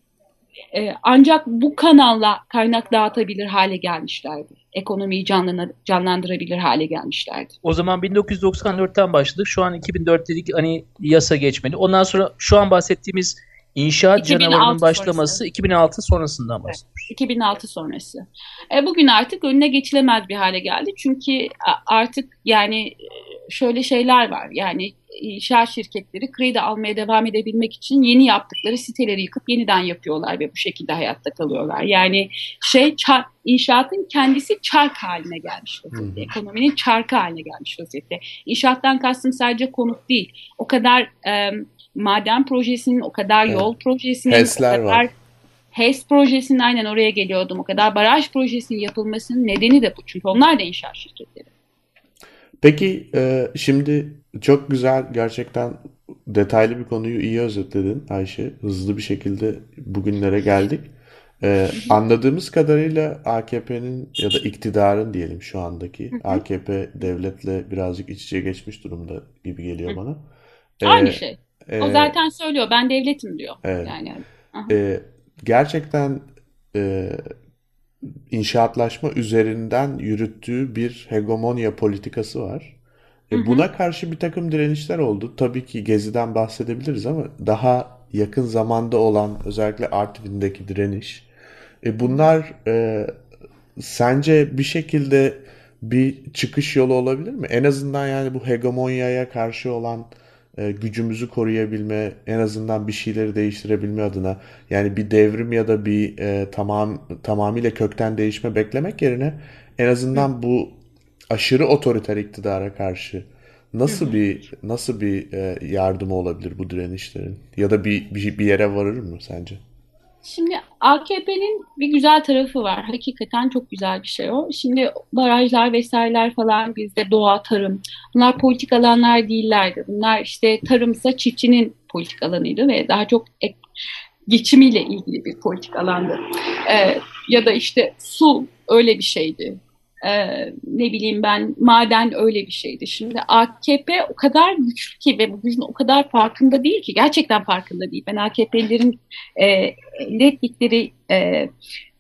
e, ancak bu kanalla kaynak dağıtabilir hale gelmişlerdi. Ekonomiyi canlanır, canlandırabilir hale gelmişlerdi. O zaman bin dokuz yüz doksan dörtten başladık. Şu an iki bin dört dedik, hani yasa geçmeli. Ondan sonra şu an bahsettiğimiz inşaat canavarının başlaması sonrası. iki bin altı sonrasından bahsediyoruz. Evet, iki bin altı sonrası. E, bugün artık önüne geçilemez bir hale geldi. Çünkü artık yani şöyle şeyler var. Yani inşaat şirketleri kredi almaya devam edebilmek için yeni yaptıkları siteleri yıkıp yeniden yapıyorlar ve bu şekilde hayatta kalıyorlar. Yani şey çar, inşaatın kendisi çark haline gelmiş vaziyette. Ekonominin çarkı haline gelmiş vaziyette. İnşaattan kastım sadece konut değil. O kadar e, maden projesinin, o kadar yol evet. projesinin, HES'ler o kadar var. HES projesinin aynen oraya geliyordum. O kadar baraj projesinin yapılmasının nedeni de bu. Çünkü onlar da inşaat şirketleri. Peki e, şimdi çok güzel gerçekten detaylı bir konuyu iyi özetledin Ayşe. Hızlı bir şekilde bugünlere geldik. E, anladığımız kadarıyla A K P'nin ya da iktidarın diyelim şu andaki A K P devletle birazcık iç içe geçmiş durumda gibi geliyor bana. E, Aynı şey. e, O zaten söylüyor ben devletim diyor. Evet. Yani. E, gerçekten e, inşaatlaşma üzerinden yürüttüğü bir hegemonya politikası var. E, buna karşı bir takım direnişler oldu. Tabii ki Gezi'den bahsedebiliriz ama daha yakın zamanda olan özellikle Artvin'deki direniş. E, bunlar e, sence bir şekilde bir çıkış yolu olabilir mi? En azından yani bu hegemonyaya karşı olan e, gücümüzü koruyabilme, en azından bir şeyleri değiştirebilme adına yani bir devrim ya da bir e, tamam tamamıyla kökten değişme beklemek yerine en azından bu aşırı otoriter iktidara karşı nasıl bir nasıl bir e, yardımı olabilir bu direnişlerin ya da bir bir, bir yere varır mı sence? Şimdi A K P'nin bir güzel tarafı var. Hakikaten çok güzel bir şey o. Şimdi barajlar vesaireler falan bizde doğa, tarım. Bunlar politik alanlar değillerdi. Bunlar işte tarımsa çiftçinin politik alanıydı ve daha çok ek, geçimiyle ilgili bir politik alandı. Ee, ya da işte su öyle bir şeydi. Ee, ne bileyim ben maden öyle bir şeydi. Şimdi A K P o kadar güçlü ki ve bugün o kadar farkında değil ki. Gerçekten farkında değil. Ben A K P'lilerin e, elde ettikleri e,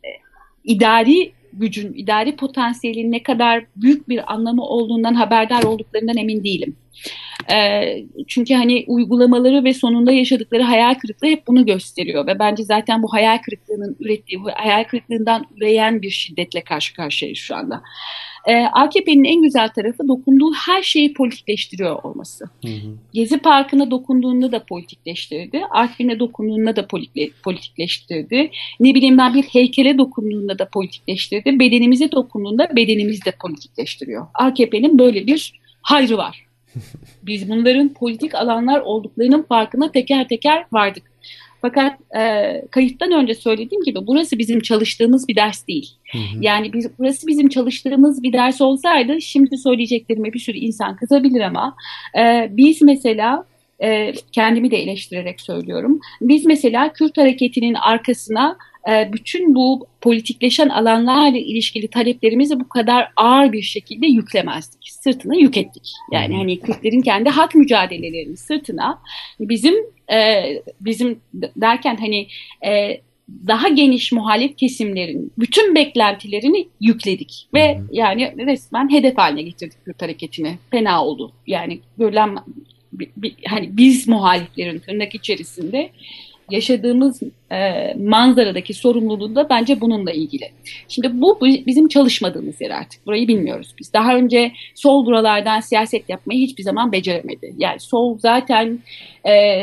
idari gücün, idari potansiyelin ne kadar büyük bir anlamı olduğundan haberdar olduklarından emin değilim. E, çünkü hani uygulamaları ve sonunda yaşadıkları hayal kırıklığı hep bunu gösteriyor ve bence zaten bu hayal kırıklığının ürettiği, bu hayal kırıklığından üreyen bir şiddetle karşı karşıyayız şu anda. E, A K P'nin en güzel tarafı dokunduğu her şeyi politikleştiriyor olması. Hı hı. Gezi Parkı'na dokunduğunda da politikleştirdi. Artvin'e dokunduğunda da politikleştirdi. Ne bileyim ben bir heykele dokunduğunda da politikleştirdi. Bedenimize dokunduğunda bedenimizi de politikleştiriyor. A K P'nin böyle bir hayrı var. Biz bunların politik alanlar olduklarının farkına teker teker vardık. Fakat e, kayıttan önce söylediğim gibi burası bizim çalıştığımız bir ders değil. Hı hı. Yani biz, burası bizim çalıştığımız bir ders olsaydı şimdi söyleyeceklerime bir sürü insan kızabilir ama e, biz mesela e, kendimi de eleştirerek söylüyorum. Biz mesela Kürt hareketinin arkasına e, bütün bu politikleşen alanlarla ilişkili taleplerimizi bu kadar ağır bir şekilde yüklemezdik. Sırtına yük ettik. Yani hani Kürtlerin kendi hak mücadelelerinin sırtına bizim e, bizim derken hani e, daha geniş muhalif kesimlerin bütün beklentilerini yükledik ve hı hı. yani resmen hedef haline getirdik Kürt hareketini. Fena oldu. Yani görülen bir, bir, hani biz muhaliflerin tırnak içerisinde yaşadığımız e, manzaradaki sorumluluğu da bence bununla ilgili. Şimdi bu bizim çalışmadığımız yer artık. Burayı bilmiyoruz biz. Daha önce sol buralardan siyaset yapmayı hiçbir zaman beceremedi. Yani sol zaten e,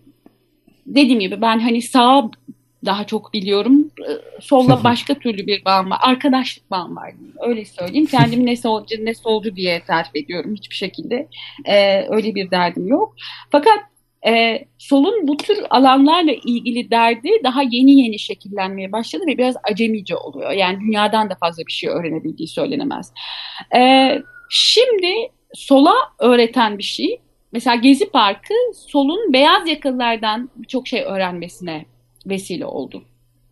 dediğim gibi ben hani sağ daha çok biliyorum. Solla başka türlü bir bağım var. Arkadaşlık bağım var. Öyle söyleyeyim. Kendimi ne solcu ne solcu diye tarif ediyorum. Hiçbir şekilde e, öyle bir derdim yok. Fakat e, solun bu tür alanlarla ilgili derdi daha yeni yeni şekillenmeye başladı ve biraz acemice oluyor. Yani dünyadan da fazla bir şey öğrenebildiği söylenemez. E, şimdi sola öğreten bir şey. Mesela Gezi Parkı solun beyaz yakalılardan birçok şey öğrenmesine vesile oldu.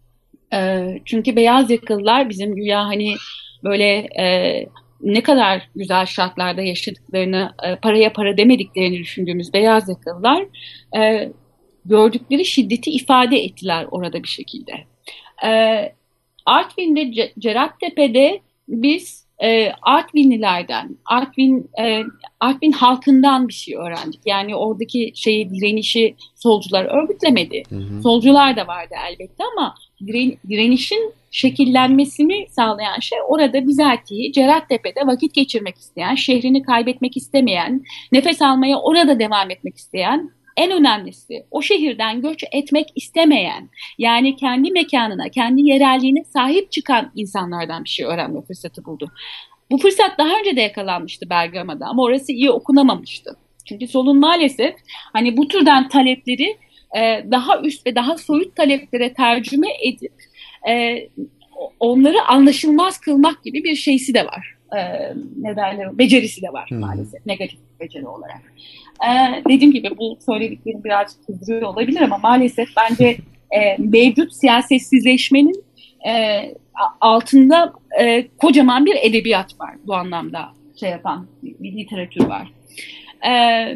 E, çünkü beyaz yakalılar bizim güya hani böyle e, ne kadar güzel şartlarda yaşadıklarını, e, paraya para demediklerini düşündüğümüz beyaz yakalılar e, gördükleri şiddeti ifade ettiler orada bir şekilde. E, Artvin'de, C- Cerattepe'de biz e, Artvinlilerden, Artvin, e, Artvin halkından bir şey öğrendik. Yani oradaki şeyi, direnişi solcular örgütlemedi. Hı hı. Solcular da vardı elbette ama diren, direnişin şekillenmesini sağlayan şey orada bizatihi Cerattepe'de vakit geçirmek isteyen, şehrini kaybetmek istemeyen, nefes almaya orada devam etmek isteyen, en önemlisi o şehirden göç etmek istemeyen, yani kendi mekanına, kendi yerelliğine sahip çıkan insanlardan bir şey öğrenme fırsatı buldu. Bu fırsat daha önce de yakalanmıştı Bergama'da ama orası iyi okunamamıştı. Çünkü solun maalesef hani bu türden talepleri e, daha üst ve daha soyut taleplere tercüme edip e, onları anlaşılmaz kılmak gibi bir şeysi de var. E, ne derler? Becerisi de var hmm. maalesef. Negatif bir beceri olarak. Ee, dediğim gibi bu söylediklerim birazcık kızdırıyor olabilir ama maalesef bence e, mevcut siyasetsizleşmenin e, altında e, kocaman bir edebiyat var bu anlamda şey yapan bir, bir literatür var. E,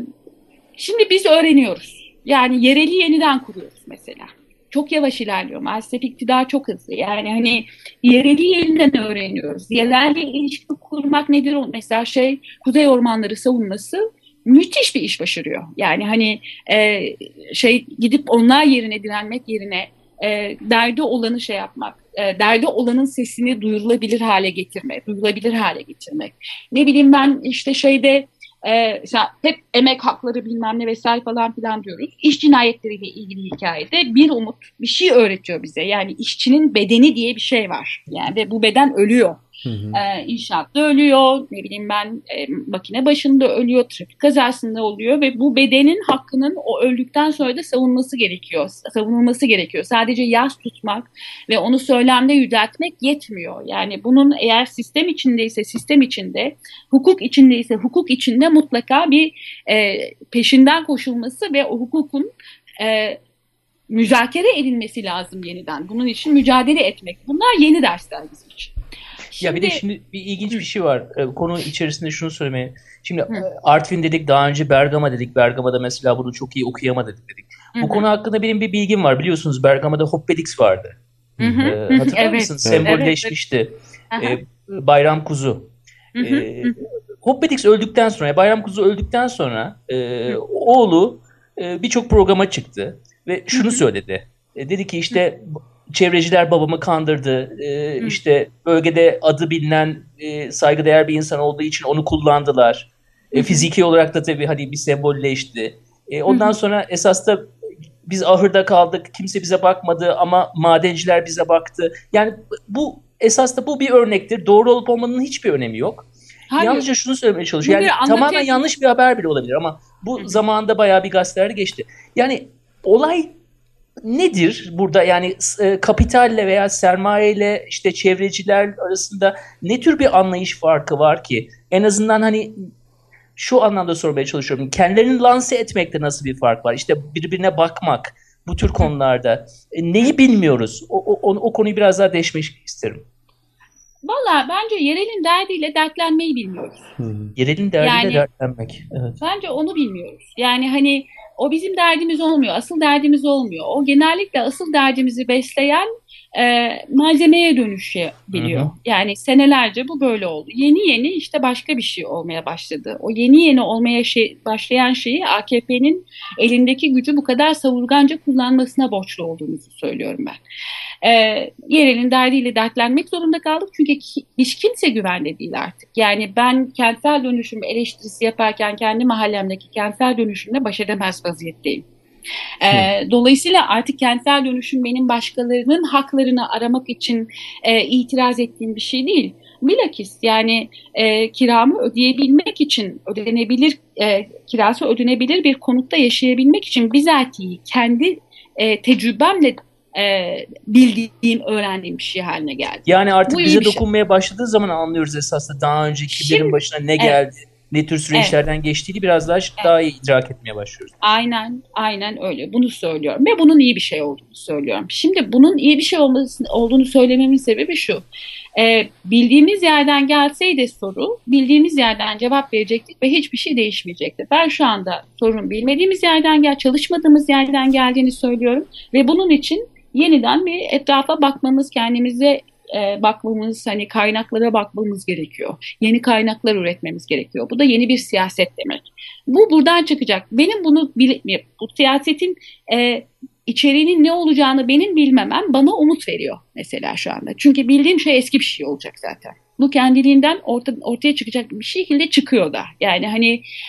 şimdi biz öğreniyoruz. Yani yereli yeniden kuruyoruz mesela. Çok yavaş ilerliyor. Maalesef iktidar çok hızlı. Yani hani yereli yeniden öğreniyoruz. Yerlerle ilişki kurmak nedir? Mesela şey Kuzey Ormanları savunması müthiş bir iş başarıyor. Yani hani e, şey gidip onlar yerine direnmek yerine e, derdi olanı şey yapmak, e, derdi olanın sesini duyurulabilir hale getirmek, duyulabilir hale getirmek. Ne bileyim ben işte şeyde e, hep emek hakları bilmem ne vesaire falan filan diyoruz. İş cinayetleriyle ilgili hikayede bir umut bir şey öğretiyor bize. Yani işçinin bedeni diye bir şey var. Yani ve bu beden ölüyor. Hı hı. Ee, inşaatta ölüyor, ne bileyim ben e, makine başında ölüyor, trafik kazasında oluyor ve bu bedenin hakkının o öldükten sonra da savunması gerekiyor, savunulması gerekiyor. Sadece yas tutmak ve onu söylemde yüceltmek yetmiyor. Yani bunun eğer sistem içindeyse sistem içinde, hukuk içindeyse hukuk içinde mutlaka bir e, peşinden koşulması ve o hukukun e, müzakere edilmesi lazım yeniden. Bunun için mücadele etmek. Bunlar yeni dersler bizim için. Şimdi, ya bir de şimdi bir ilginç bir şey var. Ee, konu içerisinde şunu söylemeye. Şimdi hı. Artvin dedik, daha önce Bergama dedik. Bergama'da mesela bunu çok iyi okuyamadık dedik. Hı hı. Bu konu hakkında benim bir bilgim var. Biliyorsunuz Bergama'da Hoppedix vardı. Hı hı. Ee, hatırlar evet. mısınız? Sembolleşmişti. Evet. Ee, Bayram Kuzu. Hı hı. Ee, Hoppedix öldükten sonra, Bayram Kuzu öldükten sonra e, oğlu e, birçok programa çıktı ve şunu hı hı. söyledi. E, dedi ki işte çevreciler babamı kandırdı. E, işte bölgede adı bilinen, e, saygıdeğer bir insan olduğu için onu kullandılar. E, fiziki olarak da tabii hani bir sembolleşti. E, ondan hı hı. sonra esas da biz ahırda kaldık. Kimse bize bakmadı ama madenciler bize baktı. Yani bu esas da bu bir örnektir. Doğru olup olmanın hiçbir önemi yok. Hayır. Yalnızca şunu söylemeye çalışıyor. Yani tamamen yanlış bir haber bile olabilir ama bu hı hı. zamanında bayağı bir gazetelerde geçti. Yani olay nedir burada, yani e, kapitalle veya sermayeyle işte çevreciler arasında ne tür bir anlayış farkı var ki? En azından hani şu anlamda sormaya çalışıyorum. Kendilerini lanse etmekte nasıl bir fark var? İşte birbirine bakmak bu tür konularda. E, neyi bilmiyoruz? O, o, o konuyu biraz daha değişmek isterim. Valla bence yerelin derdiyle dertlenmeyi bilmiyoruz. Hmm. Yerelin derdiyle yani, dertlenmek. Evet. Bence onu bilmiyoruz. Yani hani o bizim derdimiz olmuyor. Asıl derdimiz olmuyor. O genellikle asıl derdimizi besleyen e, malzemeye dönüşebiliyor. Hı hı. Yani senelerce bu böyle oldu. Yeni yeni işte başka bir şey olmaya başladı. O yeni yeni olmaya şey, başlayan şeyi A K P'nin elindeki gücü bu kadar savurganca kullanmasına borçlu olduğumuzu söylüyorum ben. E, yerelin derdiyle dertlenmek zorunda kaldık. Çünkü hiç kimse güvende değil artık. Yani ben kentsel dönüşüm eleştirisi yaparken kendi mahallemdeki kentsel dönüşümle baş edemez vaziyetteyim. E, dolayısıyla artık kentsel dönüşüm benim başkalarının haklarını aramak için e, itiraz ettiğim bir şey değil. Bilakis yani e, kiramı ödeyebilmek için, ödenebilir e, kirası ödenebilir bir konutta yaşayabilmek için bizatihi kendi e, tecrübemle e, bildiğim, öğrendiğim bir şey haline geldi. Yani artık Bu bize dokunmaya şey. başladığı zaman anlıyoruz esasında daha öncekilerin başına ne geldi. Evet. Ne tür süreçlerden evet. geçtiğini biraz daha evet. daha iyi idrak etmeye başlıyoruz. Aynen, aynen öyle. Bunu söylüyorum ve bunun iyi bir şey olduğunu söylüyorum. Şimdi bunun iyi bir şey olması, olduğunu söylememin sebebi şu. Ee, bildiğimiz yerden gelseydi soru, bildiğimiz yerden cevap verecektik ve hiçbir şey değişmeyecekti. Ben şu anda sorun bilmediğimiz yerden gel, çalışmadığımız yerden geldiğini söylüyorum ve bunun için yeniden bir etrafa bakmamız, kendimize E, bakmamız, hani kaynaklara bakmamız gerekiyor. Yeni kaynaklar üretmemiz gerekiyor. Bu da yeni bir siyaset demek. Bu buradan çıkacak. Benim bunu bu siyasetin e, içeriğinin ne olacağını benim bilmemem bana umut veriyor mesela şu anda. Çünkü bildiğim şey eski bir şey olacak zaten. Bu kendiliğinden orta, ortaya çıkacak bir şekilde çıkıyor da. Yani hani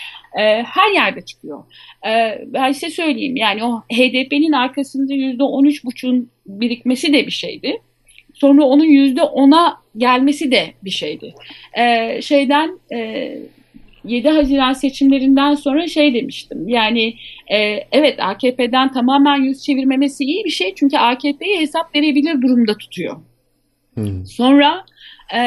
e, her yerde çıkıyor. E, ben size söyleyeyim, yani o H D P'nin arkasında yüzde on üç buçuğun birikmesi de bir şeydi. Sonra onun yüzde ona gelmesi de bir şeydi. Ee, şeyden e, yedi Haziran seçimlerinden sonra şey demiştim. Yani e, evet A K P'den tamamen yüz çevirmemesi iyi bir şey. Çünkü A K P'ye hesap verebilir durumda tutuyor. Hmm. Sonra e,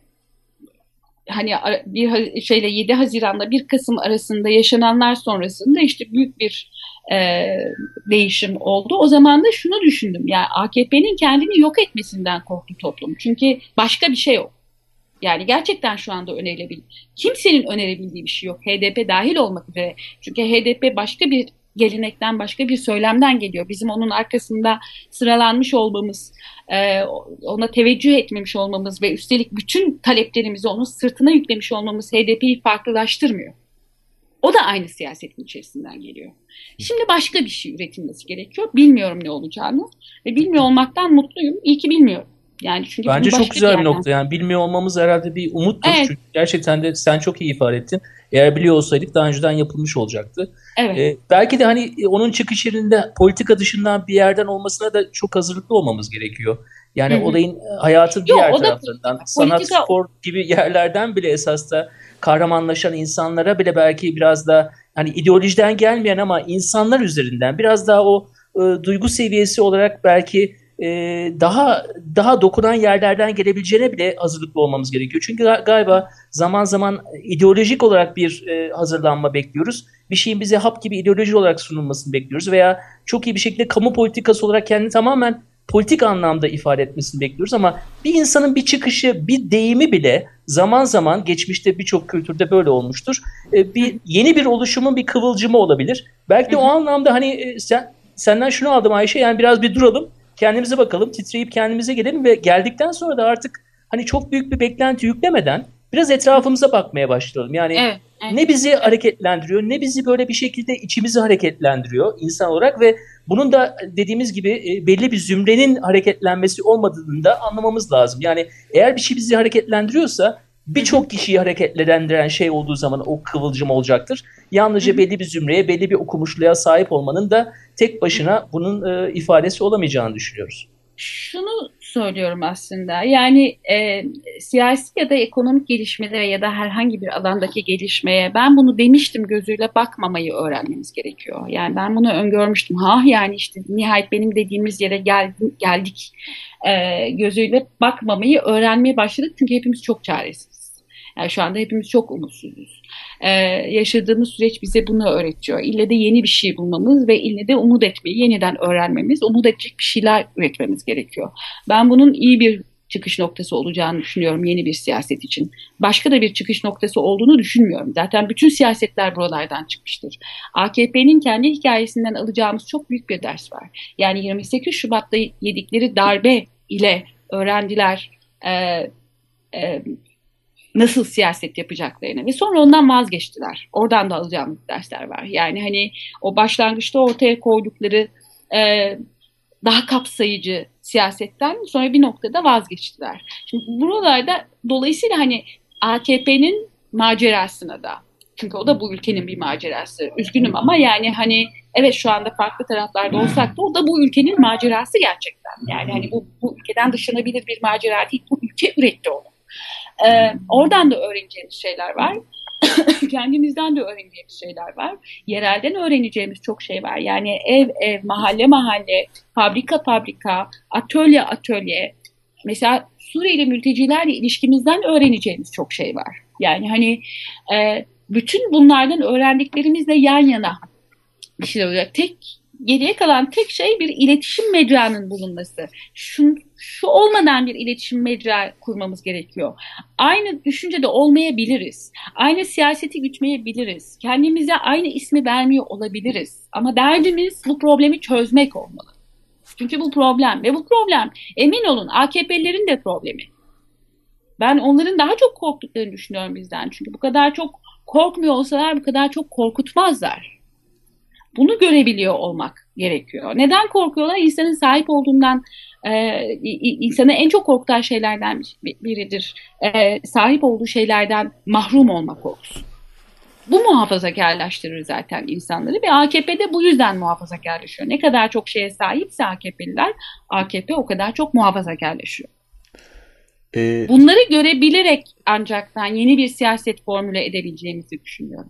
hani bir şeyle yedi Haziran'la bir Kasım arasında yaşananlar sonrasında işte büyük bir e, değişim oldu. O zaman da şunu düşündüm. Yani A K P'nin kendini yok etmesinden korktu toplum. Çünkü başka bir şey yok. Yani gerçekten şu anda önerilebilir. Kimsenin önerebildiği bir şey yok. H D P dahil olmak üzere. Çünkü H D P başka bir gelenekten, başka bir söylemden geliyor. Bizim onun arkasında sıralanmış olmamız, e, ona teveccüh etmemiş olmamız ve üstelik bütün taleplerimizi onun sırtına yüklemiş olmamız H D P'yi farklılaştırmıyor. O da aynı siyasetin içerisinden geliyor. Şimdi başka bir şey üretilmesi gerekiyor. Bilmiyorum ne olacağını ve bilmiyor olmaktan mutluyum. İyi ki bilmiyorum. Yani çünkü bence çok güzel bir, bir nokta. Yani bilmiyor olmamız herhalde bir umuttur. Evet. Çünkü gerçekten de sen çok iyi ifade ettin. Eğer biliyor olsaydık daha önceden yapılmış olacaktı. Evet. Ee, belki de hani onun çıkış yerinde politika dışından bir yerden olmasına da çok hazırlıklı olmamız gerekiyor. Yani Hı hı. olayın hayatın Yok, diğer o da taraflarından, politika. sanat, Politika. spor gibi yerlerden bile esas da kahramanlaşan insanlara bile belki biraz da hani ideolojiden gelmeyen ama insanlar üzerinden biraz daha o e, duygu seviyesi olarak belki e, daha daha dokunan yerlerden gelebileceğine bile hazırlıklı olmamız gerekiyor. Çünkü ga- galiba zaman zaman ideolojik olarak bir e, hazırlanma bekliyoruz. Bir şeyin bize hap gibi ideoloji olarak sunulmasını bekliyoruz veya çok iyi bir şekilde kamu politikası olarak kendini tamamen politik anlamda ifade etmesini bekliyoruz ama bir insanın bir çıkışı, bir deyimi bile zaman zaman geçmişte birçok kültürde böyle olmuştur. E, Hı bir yeni bir oluşumun bir kıvılcımı olabilir. Belki hı. de o anlamda hani e, sen senden şunu aldım Ayşe, yani biraz bir duralım, kendimize bakalım, titreyip kendimize gelelim ve geldikten sonra da artık hani çok büyük bir beklenti yüklemeden biraz etrafımıza bakmaya başlayalım. Yani Evet, evet, ne bizi evet. hareketlendiriyor, ne bizi böyle bir şekilde içimizi hareketlendiriyor insan olarak ve bunun da dediğimiz gibi e, belli bir zümrenin hareketlenmesi olmadığını da anlamamız lazım. Yani eğer bir şey bizi hareketlendiriyorsa Hı hı, birçok kişiyi hareketlendiren şey olduğu zaman o kıvılcım olacaktır. hı Yalnızca hı, belli bir zümreye, belli bir okumuşluğa sahip olmanın da tek hı hı. başına bunun e, ifadesi olamayacağını düşünüyoruz. Şunu söylüyorum aslında, yani e, siyasi ya da ekonomik gelişmelere ya da herhangi bir alandaki gelişmeye ben bunu demiştim gözüyle bakmamayı öğrenmemiz gerekiyor. Yani ben bunu öngörmüştüm. Ha yani işte nihayet benim dediğimiz yere geldim, geldik e, gözüyle bakmamayı öğrenmeye başladık. Çünkü hepimiz çok çaresiz. Yani şu anda hepimiz çok umutsuzuz. Ee, yaşadığımız süreç bize bunu öğretiyor. İlle de yeni bir şey bulmamız ve ille de umut etmeyi yeniden öğrenmemiz, umut edecek bir şeyler üretmemiz gerekiyor. Ben bunun iyi bir çıkış noktası olacağını düşünüyorum yeni bir siyaset için. Başka da bir çıkış noktası olduğunu düşünmüyorum. Zaten bütün siyasetler buralardan çıkmıştır. A K P'nin kendi hikayesinden alacağımız çok büyük bir ders var. Yani yirmi sekiz Şubat'ta yedikleri darbe ile öğrendiler e, e, nasıl siyaset yapacaklarını ve sonra ondan vazgeçtiler. Oradan da alacağımız dersler var. Yani hani o başlangıçta ortaya koydukları e, daha kapsayıcı siyasetten sonra bir noktada vazgeçtiler. Şimdi buralarda dolayısıyla hani A K P'nin macerasına da, çünkü o da bu ülkenin bir macerası. Üzgünüm ama yani hani evet şu anda farklı taraflarda olsak da o da bu ülkenin macerası gerçekten. Yani hani bu, bu ülkeden dışlanabilir bir macera değil. Bu ülke üretti onu. Ee, oradan da öğreneceğimiz şeyler var. Kendimizden de öğreneceğimiz şeyler var. Yerelden öğreneceğimiz çok şey var. Yani ev ev, mahalle mahalle, fabrika fabrika, atölye atölye. Mesela Suriyeli mültecilerle ilişkimizden öğreneceğimiz çok şey var. Yani hani e, bütün bunlardan öğrendiklerimizle yan yana bir şey olacak. Tek geriye kalan tek şey bir iletişim mecranın bulunması. Şu, şu olmadan bir iletişim mecra kurmamız gerekiyor. Aynı düşüncede olmayabiliriz. Aynı siyaseti gütmeyebiliriz. Kendimize aynı ismi vermiyor olabiliriz. Ama derdimiz bu problemi çözmek olmalı. Çünkü bu problem ve bu problem emin olun A K P'lilerin de problemi. Ben onların daha çok korktuklarını düşünüyorum bizden. Çünkü bu kadar çok korkmuyor olsalar bu kadar çok korkutmazlar. Bunu görebiliyor olmak gerekiyor. Neden korkuyorlar? İnsanın sahip olduğundan, e, insanı en çok korkutan şeylerden biridir. E, sahip olduğu şeylerden mahrum olma korkusu. Bu muhafazakarlaştırır zaten insanları ve A K P de bu yüzden muhafazakarlaşıyor. Ne kadar çok şeye sahipse A K P'liler, A K P o kadar çok muhafazakarlaşıyor. E, Bunları görebilerek ancak ben yeni bir siyaset formüle edebileceğimizi düşünüyorum.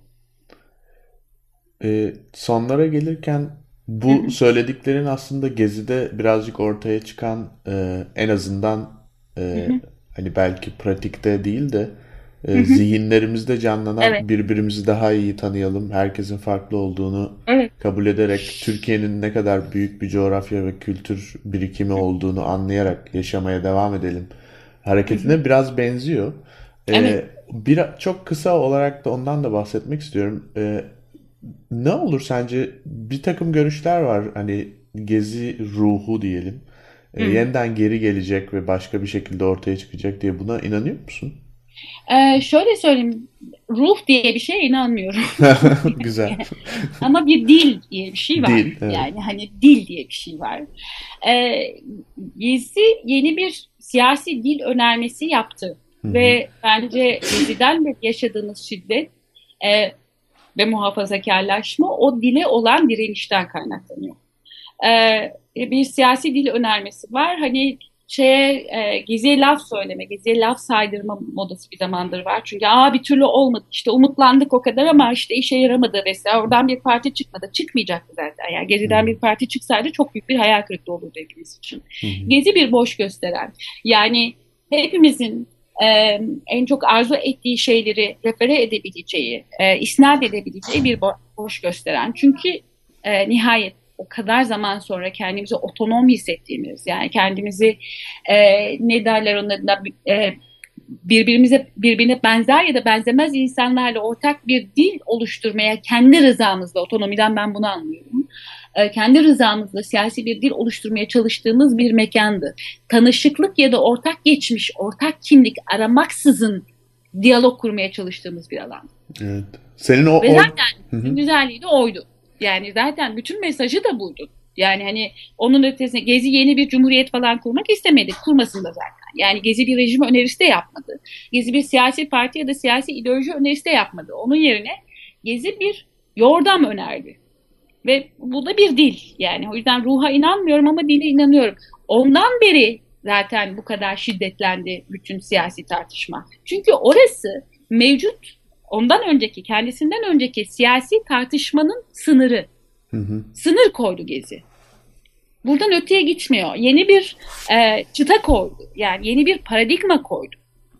e, Sonlara gelirken Hı bu hı, söylediklerin aslında Gezi'de birazcık ortaya çıkan, e, en azından hı e, hı, hani belki pratikte değil de hı e, hı. zihinlerimizde Evet, canlanan, birbirimizi daha iyi tanıyalım, herkesin farklı olduğunu evet. kabul ederek, Türkiye'nin ne kadar büyük bir coğrafya ve kültür birikimi olduğunu anlayarak yaşamaya devam edelim Hı hı. hareketine biraz benziyor. Evet. E, bir, çok kısa olarak da ondan da bahsetmek istiyorum. E, ne olur sence? Bir takım görüşler var. Hani Gezi ruhu diyelim. E, Hı. yeniden geri gelecek ve başka bir şekilde ortaya çıkacak diye, buna inanıyor musun? Ee, şöyle söyleyeyim, ruh diye bir şeye inanmıyorum. Güzel. Ama bir dil diye bir şey var. Değil, evet. Yani hani dil diye bir şey var. Ee, Gezi yeni bir siyasi dil önermesi yaptı. Hı hı. Ve bence Gezi'den de yaşadığımız şiddet e, ve muhafazakarlaşma o dile olan direnişten kaynaklanıyor. Ee, bir siyasi dil önermesi var. Hani şeye e, Gezi'ye laf söyleme, Gezi'ye laf saydırma modası bir zamandır var. Çünkü aa bir türlü olmadı, işte umutlandık o kadar ama işte işe yaramadı vesaire. Oradan bir parti çıkmadı. Çıkmayacaktı zaten. Yani Gezi'den bir parti çıksaydı çok büyük bir hayal kırıklığı olurdu hepimiz için. Gezi bir boş gösteren. Yani hepimizin e, en çok arzu ettiği şeyleri refere edebileceği, e, isnat edebileceği bir bo- boş gösteren. Çünkü e, nihayet o kadar zaman sonra kendimizi otonom hissettiğimiz, yani kendimizi e, ne derler onun adına, e, birbirimize birbirine benzer ya da benzemez insanlarla ortak bir dil oluşturmaya kendi rızamızla, otonomiden ben bunu anlıyorum, e, kendi rızamızla siyasi bir dil oluşturmaya çalıştığımız bir mekandı. Tanışıklık ya da ortak geçmiş, ortak kimlik aramaksızın diyalog kurmaya çalıştığımız bir alan. Evet. Senin o, Ve o... zaten Hı hı. güzelliği de oydu. Yani zaten bütün mesajı da buydu. Yani hani onun ötesine Gezi yeni bir cumhuriyet falan kurmak istemedi. Kurmasın da zaten. Yani Gezi bir rejim önerisi de yapmadı. Gezi bir siyasi parti ya da siyasi ideoloji önerisi de yapmadı. Onun yerine Gezi bir yordam önerdi. Ve bu da bir dil. Yani o yüzden ruha inanmıyorum ama dine inanıyorum. Ondan beri zaten bu kadar şiddetlendi bütün siyasi tartışma. Çünkü orası mevcut, ondan önceki, kendisinden önceki siyasi tartışmanın sınırı. Hı hı. Sınır koydu Gezi. Buradan öteye gitmiyor. Yeni bir e, çıta koydu. Yani yeni bir paradigma koydu.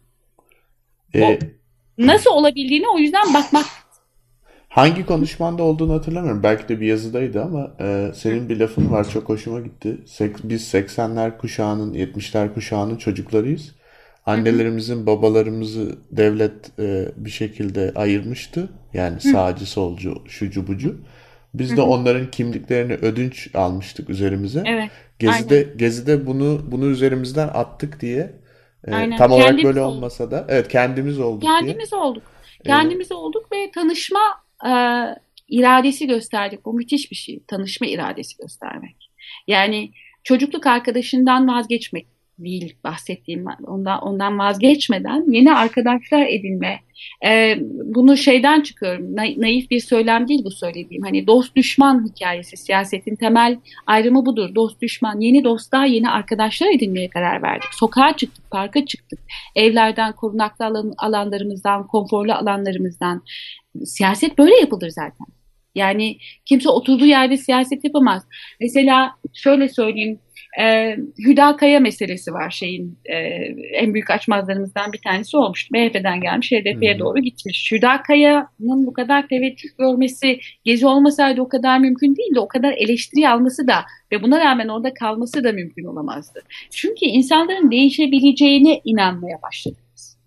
Ee, O nasıl olabildiğini o yüzden bakmak. Hangi konuşmanda olduğunu hatırlamıyorum. Belki de bir yazıdaydı ama e, senin bir lafın var, çok hoşuma gitti. Sek- biz seksenler kuşağının, yetmişler kuşağının çocuklarıyız. Annelerimizin, babalarımızı devlet e, bir şekilde ayırmıştı. Yani sağcı, solcu, şucu bucu. Biz de onların kimliklerini ödünç almıştık üzerimize. Evet. Gezi'de Aynen. Gezi'de bunu bunu üzerimizden attık diye, e, Aynen. tam olarak Kendimiz böyle olduk. olmasa da evet kendimiz olduk diye. Kendimiz olduk. E, Kendimiz olduk ve tanışma e, iradesi gösterdik. Bu müthiş bir şey. Tanışma iradesi göstermek. Yani çocukluk arkadaşından vazgeçmek değil bahsettiğim, ondan, ondan vazgeçmeden yeni arkadaşlar edinme. E, bunu şeyden çıkıyorum. Na, naif bir söylem değil bu söylediğim. Hani dost düşman hikayesi, siyasetin temel ayrımı budur. Dost düşman, yeni dostlar, yeni arkadaşlar edinmeye karar verdik. Sokağa çıktık, parka çıktık. Evlerden, korunaklı alan, alanlarımızdan, konforlu alanlarımızdan. Siyaset böyle yapılır zaten. Yani kimse oturduğu yerde siyaset yapamaz. Mesela şöyle söyleyeyim, e, Hüda Kaya meselesi var şeyin, e, en büyük açmazlarımızdan bir tanesi olmuş. M H P'den gelmiş, H D P'ye doğru gitmiş. Hüda Kaya'nın bu kadar teveccüh görmesi, Gezi olmasaydı o kadar mümkün değildi. O kadar eleştiri alması da ve buna rağmen orada kalması da mümkün olamazdı. Çünkü insanların değişebileceğine inanmaya başladınız.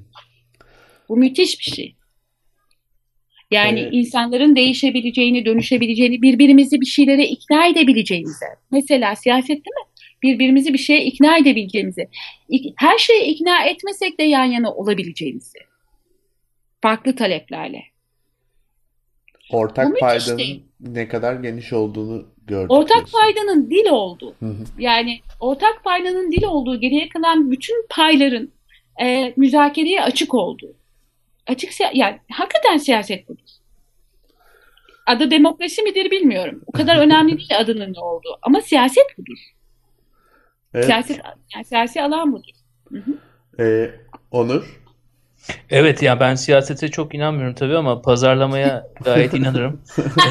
Bu müthiş bir şey. Yani Evet. insanların değişebileceğini, dönüşebileceğini, birbirimizi bir şeylere ikna edebileceğimize. Mesela siyasette mi? Birbirimizi bir şeye ikna edebileceğimizi. Her şeye ikna etmesek de yan yana olabileceğimizi. Farklı taleplerle. Bu Ortak müthiş paydanın değil. ne kadar geniş olduğunu gördük Ortak diyorsun. paydanın dil olduğu. Hı hı. Yani ortak paydanın dil olduğu, geriye kalan bütün payların e, müzakereye açık olduğu. Açık siya- yani hakikaten siyaset budur. Adı demokrasi midir bilmiyorum. O kadar önemli değil adının ne olduğu. Ama siyaset budur. Evet. Siyaset, yani siyasi alan budur. Hı hı. Ee, Onur. Evet, ya ben siyasete çok inanmıyorum tabii ama pazarlamaya gayet inanırım.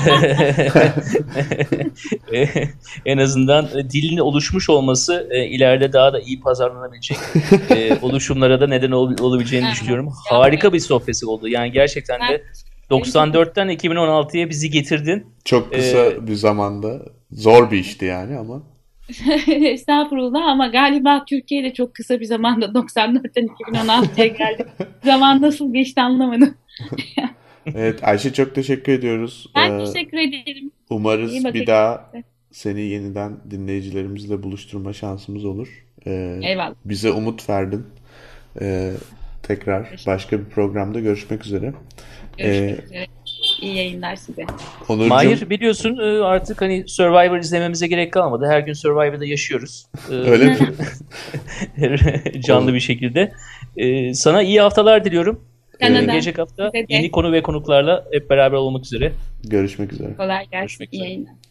En azından e, dilin oluşmuş olması e, ileride daha da iyi pazarlanabilecek e, oluşumlara da neden ol- olabileceğini Aha, düşünüyorum. yani Harika bir sohbet oldu. Yani gerçekten de doksan dörtten iki bin on altıya bizi getirdin. Çok kısa Ee, bir zamanda. Zor bir işti yani ama. Estağfurullah ama galiba Türkiye'de çok kısa bir zamanda doksan dörtten iki bin on altıya geldik. Zaman nasıl geçti anlamadım. Evet Ayşe, çok teşekkür ediyoruz. Ben Ee, teşekkür ederim. İyi umarız bakın. bir daha seni yeniden dinleyicilerimizle buluşturma şansımız olur. Ee, Eyvallah. bize umut verdin. Ee, tekrar başka bir programda görüşmek üzere. Görüşmek Ee, üzere. İyi yayınlar size. Onurcuğum, Mahir, biliyorsun e, artık hani Survivor izlememize gerek kalmadı. Her gün Survivor'da yaşıyoruz. Ee, öyle mi? Canlı bir şekilde. Ee, sana iyi haftalar diliyorum. Sana Ee, da. Gelecek hafta Size de. yeni konu ve konuklarla hep beraber olmak üzere. Görüşmek üzere. Kolay gelsin. Görüşmek İyi üzere. yayınlar.